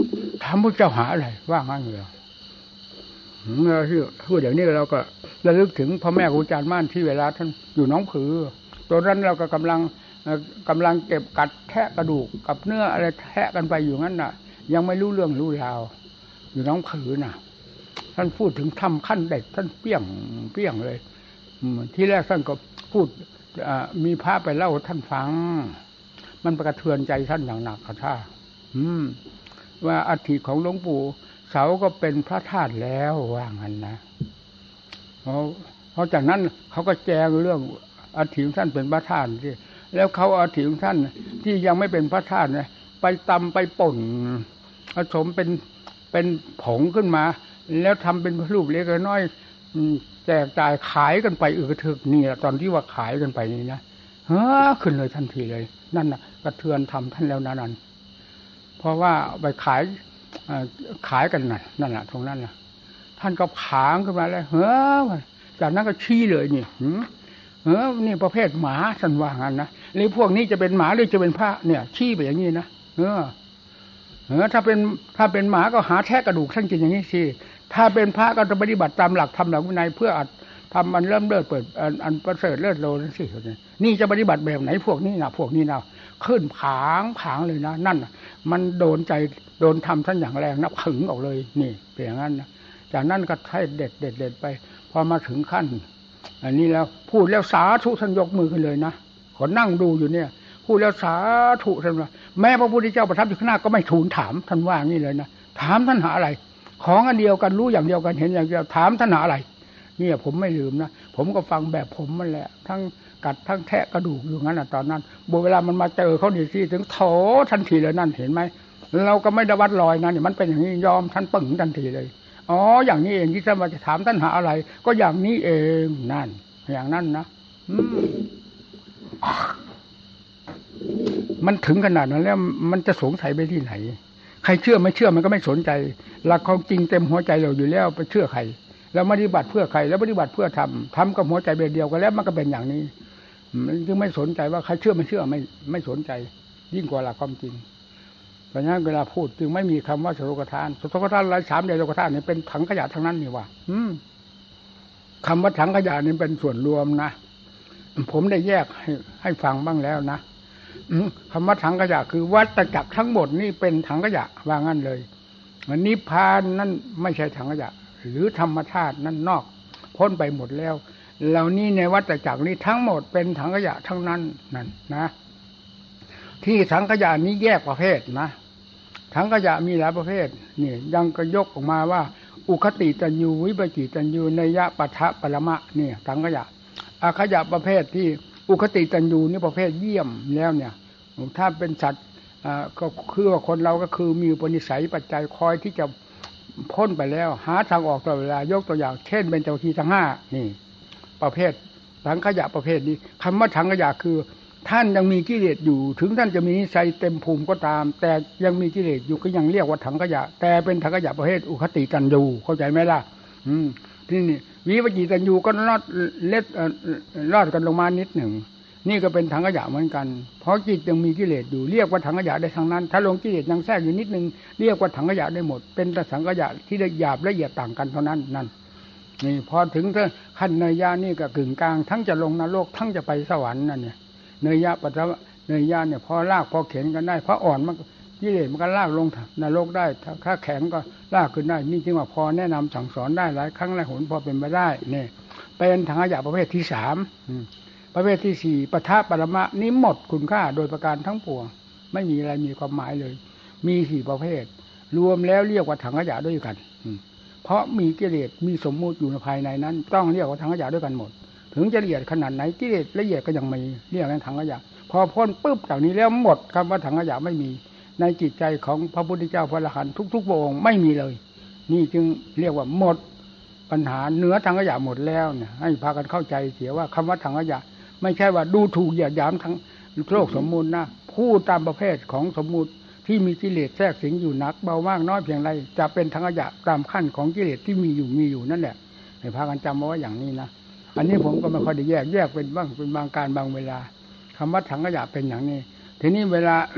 ถามพระเจ้าหาอะไรว่างั้นเหรอเราพูดอย่างนี้เราก็ระลึกถึงพ่อแม่ครูอาจารย์มั่นที่เวลาท่านอยู่น้องผือตอนนั้นเราก็กำลังเก็บกัดแทะกระดูกกับเนื้ออะไรแทะกันไปอยู่งั้นน่ะยังไม่รู้เรื่องรู้ราวอยู่น้องผือน่ะท่านพูดถึงทำขั้นเด็ดท่านเปี้ยงเลยที่แรกท่านก็พูดมีพระไปเล่าท่านฟังมันประกระเทือนใจท่านอย่างหนักค่ะท่าว่าอัฐิของหลวงปู่เสาก็เป็นพระธาตุแล้วว่างั้นนะเพราะจากนั้นเขาก็แจงเรื่องอัฐิของท่านเป็นพระธาตุที่แล้วเขาอัฐิของท่านที่ยังไม่เป็นพระธาตุนะไปตำไปป่นผสมเป็นผงขึ้นมาแล้วทำเป็นรูปเล็กน้อยแจกจ่ายขายกันไปอึกระทึกนี่แหละตอนที่ว่าขายกันไปนี่นะขึ้นเลยทันทีเลยนั่นน่ะกระเทือนทำท่านแล้วนั้นเพราะว่าไปขายกันนั่นแหละตรงนั้นน่ะท่านก็ผางขึ้นมาแล้วจากนั้นก็ชี้เลยนี่นี่ประเภทหมาท่านว่างั้นนะหรือพวกนี้จะเป็นหมาหรือจะเป็นพระเนี่ยชี้ไปอย่างนี้นะถ้าเป็นหมาก็หาแทะกระดูกท่านกินอย่างนี้สิถ้าเป็นพระก็จะปฏิบัติตามหลักธรรมหลักวินัยเพื่อทำมันเริ่มเลิศเปิดอันประเสริฐเลิศโลนั่นสินี่จะปฏิบัติแบบไหนพวกนี้นะขึ้นผางเลยนะนั่นมันโดนใจโดนทำท่านอย่างแรงนับขึงออกเลยนี่เป็นอย่างนั้นนะจากนั้นก็ให้เด็ดไปพอมาถึงขั้นอันนี้แล้วพูดแล้วสาธุท่านยกมือขึ้นเลยนะขอนั่งดูอยู่เนี่ยพูดแล้วสาธุท่านว่าแม้พระพุทธเจ้าประทับอยู่ข้างหน้าก็ไม่ทูลถามท่านว่างี้เลยนะถามท่านหาอะไรของอันเดียวกันรู้อย่างเดียวกันเห็นอย่างเดียวถามท่านหาอะไรเนี่ยผมไม่ลืมนะผมก็ฟังแบบผมมันแหละทั้งกัดทั้งแทะกระดูกอยู่งั้นตอนนั้นเวลามันมาเจอเขาดีสิถึงโถทันทีเลยนั่นเห็นไหมเราก็ไม่ได้วัดลอยนะเนี่ยมันเป็นอย่างนี้ยอมท่านปึ่งทันทีเลยอ๋ออย่างนี้เองที่ท่านมาจะถามท่านหาอะไรก็อย่างนี้เองนั่นอย่างนั้นนะมันถึงขนาดนั้นแล้วมันจะสงสัยไปที่ไหนใครเชื่อไม่เชื่อมันก็ไม่สนใจหลักความจริงเต็มหัวใจเราอยู่แล้วไปเชื่อใครแล้วปฏิบัติเพื่อใครแล้วปฏิบัติเพื่อทำกับหัวใจเดียวกันแล้วมันก็เป็นอย่างนี้มันจึงไม่สนใจว่าใครเชื่อไม่เชื่อไม่สนใจยิ่งกว่าหลักความจริงเพราะฉะนั้นเวลาพูดจึงไม่มีคำว่าสโลกทานอะไรสามเดโลกทานนี่เป็นถังขยะทั้งนั้นนี่ว่าคำว่าถังขยะนี่เป็นส่วนรวมนะผมได้แยกให้ฟังบ้างแล้วนะคำว่าถังขยะคือวัฏจักรทั้งหมดนี่เป็นถังขยะว่างั้นเลยนิพพานนั่นไม่ใช่ถังขยะหรือธรรมชาตินั่นนอกพ้นไปหมดแล้วเหล่านี้ในวัฏจักรนี้ทั้งหมดเป็นถังขยะทั้งนั้นนั่นนะที่ถังขยะนี้แยกประเภทนะถังขยะมีหลายประเภทนี่ยังก็ยกออกมาว่าอุคติตัญญูวิปจิตัญญูนัยยะปัฏฐปรมะนี่ถังขยะอขยะประเภทที่อุคติตัญญูนี่ประเภทเยี่ยมแล้วเนี่ยถ้าเป็นสัตว์ก็คือว่าคนเราก็คือมีอุปนิสัยปัจจัยคอยที่จะพ้นไปแล้วหาทางออกตลอดเวลายกตัวอย่างเช่นเป็นเจ้าที่ทั้งห้านี่ประเภทถังขยะประเภทนี้คำว่าถังขยะคือท่านยังมีกิเลสอยู่ถึงท่านจะมีนิสัยเต็มภูมิก็ตามแต่ยังมีกิเลสอยู่ก็ยังเรียกว่าถังขยะแต่เป็นถังขยะประเภทอุคติตัญญูเข้าใจไหมล่ะที่นี่วิปจิตัญญูก็ลอดกันลงมานิดหนึ่งนี่ก็เป็นถังขยะเหมือนกันเพราะจิตยังมีกิเลสอยู่เรียกว่าถังขยะได้ทั้งนั้นถ้าลงกิเลสยังแทรกอยู่นิดนึงเรียกว่าถังขยะได้หมดเป็นแต่ถังขยะที่ละหยาบละเอียดต่างกันเท่านั้นนั่นนี่พอถึงขั้นเนยยะนี่ก็กึ่งกลางทั้งจะลงนรกทั้งจะไปสวรรค์นั่นเนี่ยเนยยะปัจจเนยยะเนี่ยพอลากพอเข็นกันได้พออ่อนมันกิเลสมันก็ลากลงนรกได้ถ้าแข็งก็ลากขึ้นได้นี่จึงว่าพอแนะนำสั่งสอนได้หลายครั้งหลายหนพอเป็นไปได้นี่เป็นถังขยะประเภทที่3ประเภทที่4ปทะปรมะนี้หมดคุณค่าโดยประการทั้งปวงไม่มีอะไรมีความหมายเลยมี4ประเภทรวมแล้วเรียกว่าถังขยะด้วยกันเพราะมีกิเลสมีสมมุติอยู่ในภายในนั้นต้องเรียกว่าถังขยะด้วยกันหมดถึงจะละเอียดขนาดไหนกิเลสละเอียดก็ยังมีเรียกกันถังขยะพอพ้นปุ๊บจากนี้แล้วหมดคำว่าถังขยะไม่มีในจิตใจของพระพุทธเจ้าพระอรหันต์ทุกๆพระองค์ไม่มีเลยนี่จึงเรียกว่าหมดปัญหาเหนือถังขยะหมดแล้วเนี่ยให้พากันเข้าใจเสียว่าคำว่าถังขยะไม่ใช่ว่าดูถูกเหยียดหยามทั้งโลกสมมุตินะพูดตามประเภทของสมมุติที่มีกิเลสแทรกสิงอยู่หนักเบามากน้อยเพียงไรจะเป็นถังขยะตามขั้นของกิเลสที่มีอยู่นั่นแหละให้พากันจำเอาไว้อย่างนี้นะอันนี้ผมก็ไม่ค่อยได้แยกเป็นบ้างเป็นบางการบางเวลาคำว่าถังขยะเป็นอย่างนี้ทีนี้เวลา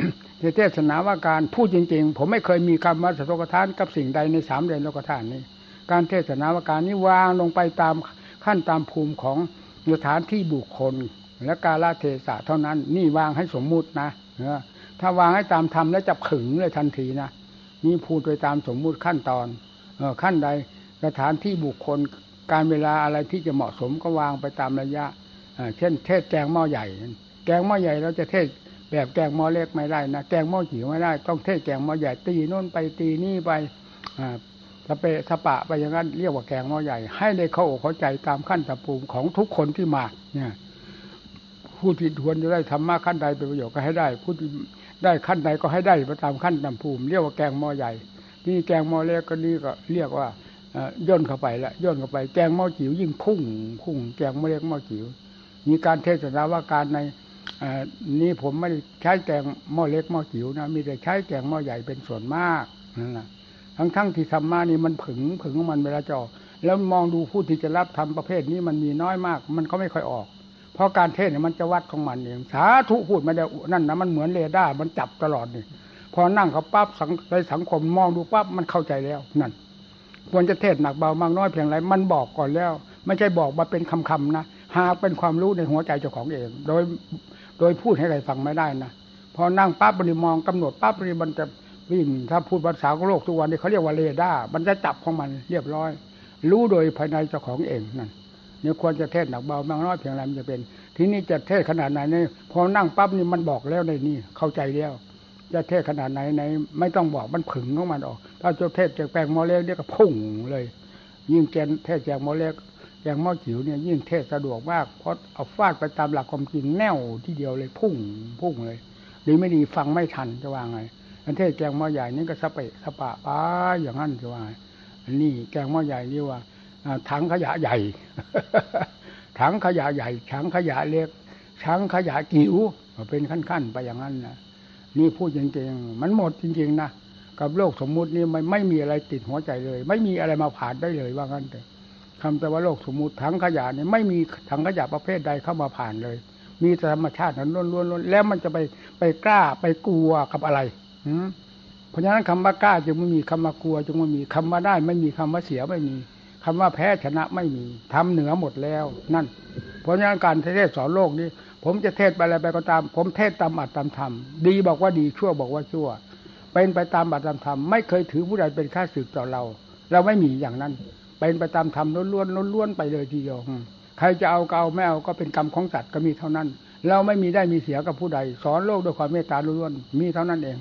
เทศนาว่าการพูดจริงๆผมไม่เคยมีคำว่าสโลกทานกับสิ่งใดในสามเดือนโลกทานนี้การเทศนาว่าการนี้วางลงไปตามขั้นตามภูมิของสถานที่บุคคลและกาลเทศะเท่านั้นนี่วางให้สมมุตินะถ้าวางให้ตามธรรมแล้วจะขึงเลยทันทีนะนี่พูดโดยตามสมมุติขั้นตอนขั้นใดสถานที่บุคคลการเวลาอะไรที่จะเหมาะสมก็วางไปตามระยะเช่นเทศแกงหม้อใหญ่แกงหม้อใหญ่เราจะเทศแบบแกงหม้อเล็กไม่ได้นะแกงหม้อจิ๋วไม่ได้ต้องเทศแกงหม้อใหญ่ตีโน่นไปตีนี่ไปสเปะสปะไปอย่างนั้นเรียกว่าแกงหม้อใหญ่ให้ได้เข้าอกเข้าใจตามขั้นตามภูมิของทุกคนที่มาเนี่ยผู้ที่ควรจะได้ธรรมะขั้นใดเป็นประโยชน์ก็ให้ได้ผู้ที่ได้ขั้นใดก็ให้ได้ไปตามขั้นตามภูมิเรียกว่าแกงหม้อใหญ่ที่แกงหม้อเล็กก็นี่ก็เรียกว่าย่นเข้าไปละย่นเข้าไปแกงหม้อจิ๋วยิ่งพุ่งแกงหม้อเล็กหม้อจิ๋วมีการเทศนาว่าการในนี่ผมไม่ได้ใช้แกงหม้อเล็กหม้อจิ๋วนะมีแต่ใช้แกงหม้อใหญ่เป็นส่วนมากนั่นแหละทั้งที่ธรรมะนี่มันผึ่งของมันเวลาจะออกแล้วมองดูผู้ที่จะรับธรรมประเภทนี้มันมีน้อยมากมันก็ไม่ค่อยออกเพราะการเทศเนี่ยมันจะวัดของมันเองสาธุพูดมาแล้วนั่นนะมันเหมือนเรดาร์มันจับตลอดนี่พอนั่งเขาปั๊บในสังคมมองดูปั๊บมันเข้าใจแล้วนั่นควรจะเทศหนักเบามากน้อยเพียงไรมันบอกก่อนแล้วไม่ใช่บอกมาเป็นคำๆนะหากเป็นความรู้ในหัวใจเจ้าของเองโดยพูดให้ใครฟังไม่ได้นะพอนั่งปั๊บบริมองกำหนดปั๊บบริมันจะวิ่งถ้าพูดภาษาโลกทุกวันนี้เขาเรียกว่าเรดาร์มันจะจับของมันเรียบร้อยรู้โดยภายในเจ้าของเองนั่นเนี่ยควรจะเทศหนักเบามากน้อยเพียงไรมันจะเป็นทีนี้จะเทศขนาดไหนเนี่ยพอนั่งปั๊บนี่มันบอกแล้วในนี่เข้าใจแล้วจะเทศขนาดไหนไม่ต้องบอกมันผึ่งของมันออกถ้าจะเทศจากแปลงมอเล็กเนี่ยก็พุ่งเลยยิ่งเทศจากมอเล็กอย่างหม้อจิ๋วเนี่ยยิ่งเทศสะดวกมากเพราะเอาฟาดไปตามหลักความจริงแน่วที่เดียวเลยพุ่งเลยดีไม่ดีฟังไม่ทันจะว่าไงอันเทศแกงหม้อใหญ่นี่ก็สเปะสปะป้าอย่างนั้นจะว่าอันนี้แกงหม้อใหญ่นี่ว่าถังขยะใหญ่ ถังขยะใหญ่ถังขยะเล็กถังขยะจิ๋วเป็นขั้นๆไปอย่างนั้นนะนี่พูดจริงๆมันหมดจริงๆนะกับโลกสมมุตินี่ไม่มีอะไรติดหัวใจเลยไม่มีอะไรมาผ่านได้เลยว่างั้นแต่คำแต่ว่าโลกสมมุติถังขยะเนี่ยไม่มีถังขยะประเภทใดเข้ามาผ่านเลยมีธรรมชาตินั้นล้วนๆแล้วมันจะไปกล้าไปกลัวกับอะไรเพราะฉะนั้นคำว่ากล้าจึงไม่มีคำว่ากลัวจึงไม่มีคำว่าได้ไม่มีคำว่าเสียไม่มีคำว่าแพ้ชนะไม่มีทำเหนือหมดแล้วนั่นเพราะฉะนั้นการเทศสอนโลกนี้ผมจะเทศไปอะไรไปก็ตามผมเทศตามอัตตามธรรมดีบอกว่าดีชั่วบอกว่าชั่วเป็นไปตามอัตตามธรรมไม่เคยถือผู้ใดเป็นข้าศึกต่อเราไม่มีอย่างนั้นเป็นไปตามธรรมล้วนๆไปเลยทีเดียวใครจะเอาก็เอาไม่เอาก็เป็นกรรมของสัตว์ก็มีเท่านั้นเราไม่มีได้มีเสียกับผู้ใดสอนโลกด้วยความเมตตาล้วนๆมีเท่านั้นเอง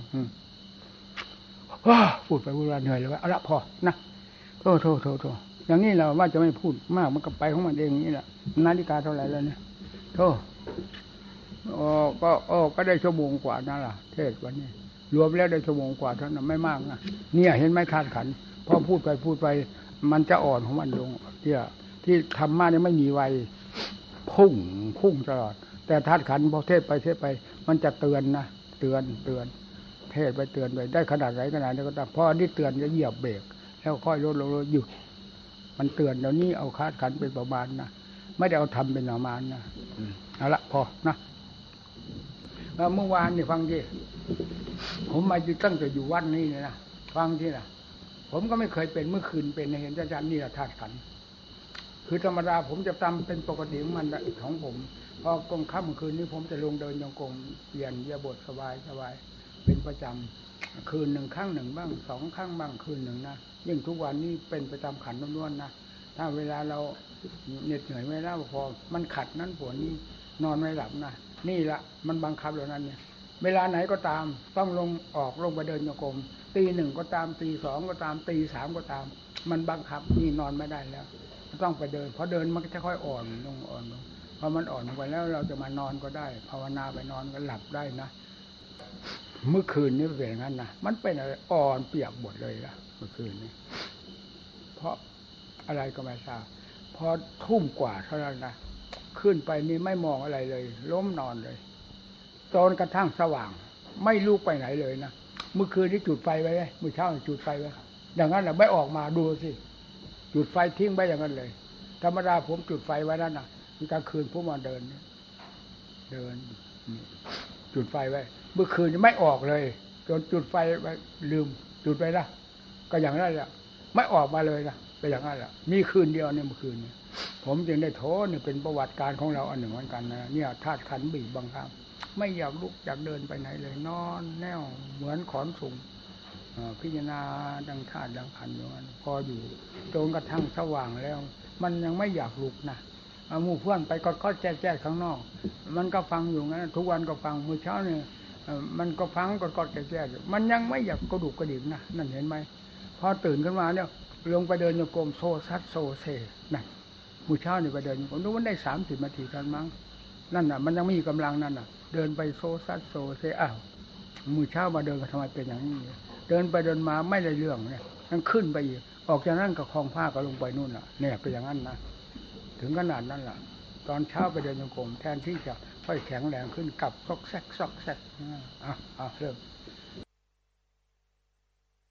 พูดไปพูดมาเหนื่อยเลยว่าเอาละพอนะโทษอย่างนี้เราว่าจะไม่พูดมากมันก็ไปของมันเองนี่แหละนาฬิกาเท่าไหร่แล้วเนี่ยโทษก็ได้ชั่วโมงกว่านั่นแหละเทศวันนี้รวมแล้วได้ชั่วโมงกว่าเท่านั้นไม่มากนะเนี่ยเห็นไหมธาตุขันธ์พอพูดไปมันจะอ่อนของมันลงที่ทำมาเนี่ยไม่มีวัยพุ่งตลอดแต่ธาตุขันธ์พอเทศไปมันจะเตือนนะเตือนเทศไปเตือนไปได้ขนาดไหนขนาดนี้ก็ตามพอที่เตือนจะเหยียบเบรกแล้วค่อยลดหยุดมันเตือนเดี๋ยวนี้เอาธาตุขันธ์เป็นประมาณนะไม่ได้เอาทำเป็นประมาณนะเอาละพอนะเมื่อวานนี่ฟังดิผมมาตั้งแต่อยู่วัดนี้เนี่ยนะฟังที่นะผมก็ไม่เคยเป็นเมื่อคืนเป็นเห็นอาจารย์นี่แหละธาตุขันธ์คือธรรมดาผมจะทำเป็นปกติของมันของผมพอกลางค่ำคืนนี้ผมจะลงเดินโยกมเปลี่ยนเยียบทสบายเป็นประจำคืนหนึ่งครั้งหนึ่งบ้าง2 ครั้งบ้างคืนหนึ่งนะยิ่งทุกวันนี้เป็นประจำขันล้วนๆนะถ้าเวลาเราเหน็ดเหนื่อยไม่แล้วพอมันขัดนั้นปวดนี้นอนไม่หลับนะนี่ละมันบังคับแล้วนั้นเนี่ยเวลาไหนก็ตามต้องลงไปเดินโยกมตี 1ก็ตามตี 2ก็ตามตี 3ก็ตามมันบังคับนี่นอนไม่ได้แล้วต้องไปเดินพอเดินมันก็จะค่อยอ่อนลงพอมันอ่อนลงไปแล้วเราจะมานอนก็ได้ภาวนาไปนอนก็หลับได้นะเมื่อคืนนี้เป็นอย่างนั้นนะมันเป็นอะไรอ่อนเปียกหมดเลยล่ะเมื่อคืนนี้เพราะอะไรก็ไม่ทราบพอทุ่มกว่าเท่านั้นนะขึ้นไปนี่ไม่มองอะไรเลยล้มนอนเลยจนกระทั่งสว่างไม่ลุกไปไหนเลยนะเมื่อคืนนี้จุดไฟไว้เมื่อเช้าจุดไฟไว้อย่างนั้นแหละไม่ออกมาดูสิจุดไฟทิ้งไว้อย่างนั้นเลยธรรมดาผมจุดไฟไว้นั่นน่ะกลางคืนผมมาเดินจุดไฟไว้เมื่อคืนไม่ออกเลยจนจุดไฟไว้ลืมจุดไปละก็อย่างนั้นแหละไม่ออกมาเลยนะก็อย่างนั้นแหละมีคืนเดียวเนี่ยเมื่อคืนเนี่ยผมจึงได้โทษเนี่ยเป็นประวัติการของเราอันหนึ่งเหมือนกันนะเนี่ยธาตุขันธ์บีบบางครั้งไม่อยากลุกอยากเดินไปไหนเลยนอนแน่วเหมือนขอนสูงพิจารณาดังธาตุดังขันธ์อยู่นั้นพออยู่จนกระทั่งสว่างแล้วมันยังไม่อยากลุกนะหมู่เพื่อนไปก็แจ้ข้างนอกมันก็ฟังอยู่งั้นทุกวันก็ฟังมื้อเช้าเนี่ยมันก็ฟังก็แจ้มันยังไม่อยากกระดุกกระดิกนะนั่นเห็นไหมพอตื่นขึ้นมาเนี่ยลงไปเดินโยกมโซซัดโซเซนั่นมื้อเช้านี่ไปเดินผมดูมันได้30 นาทีกันมั้งนั่นน่ะมันยังไม่มีกำลังนั่นน่ะเดินไปโซซัดโซเซอ้าวมื้อเช้ามาเดินกันทำไมเป็นอย่างนี้เดินไปเดินมาไม่ได้เรื่องเนี่ยทั้งขึ้นไปอีกออกจากนั้นก็คลองผ้าก็ลงไปนู่นน่ะเนี่ยเป็นอย่างนั้นนะถึงขนาดนั้นล่ะตอนเช้าไปเดินโยกมแทนที่จะค่อยแข็งแรงขึ้นกลับซอกแซกเริ่ม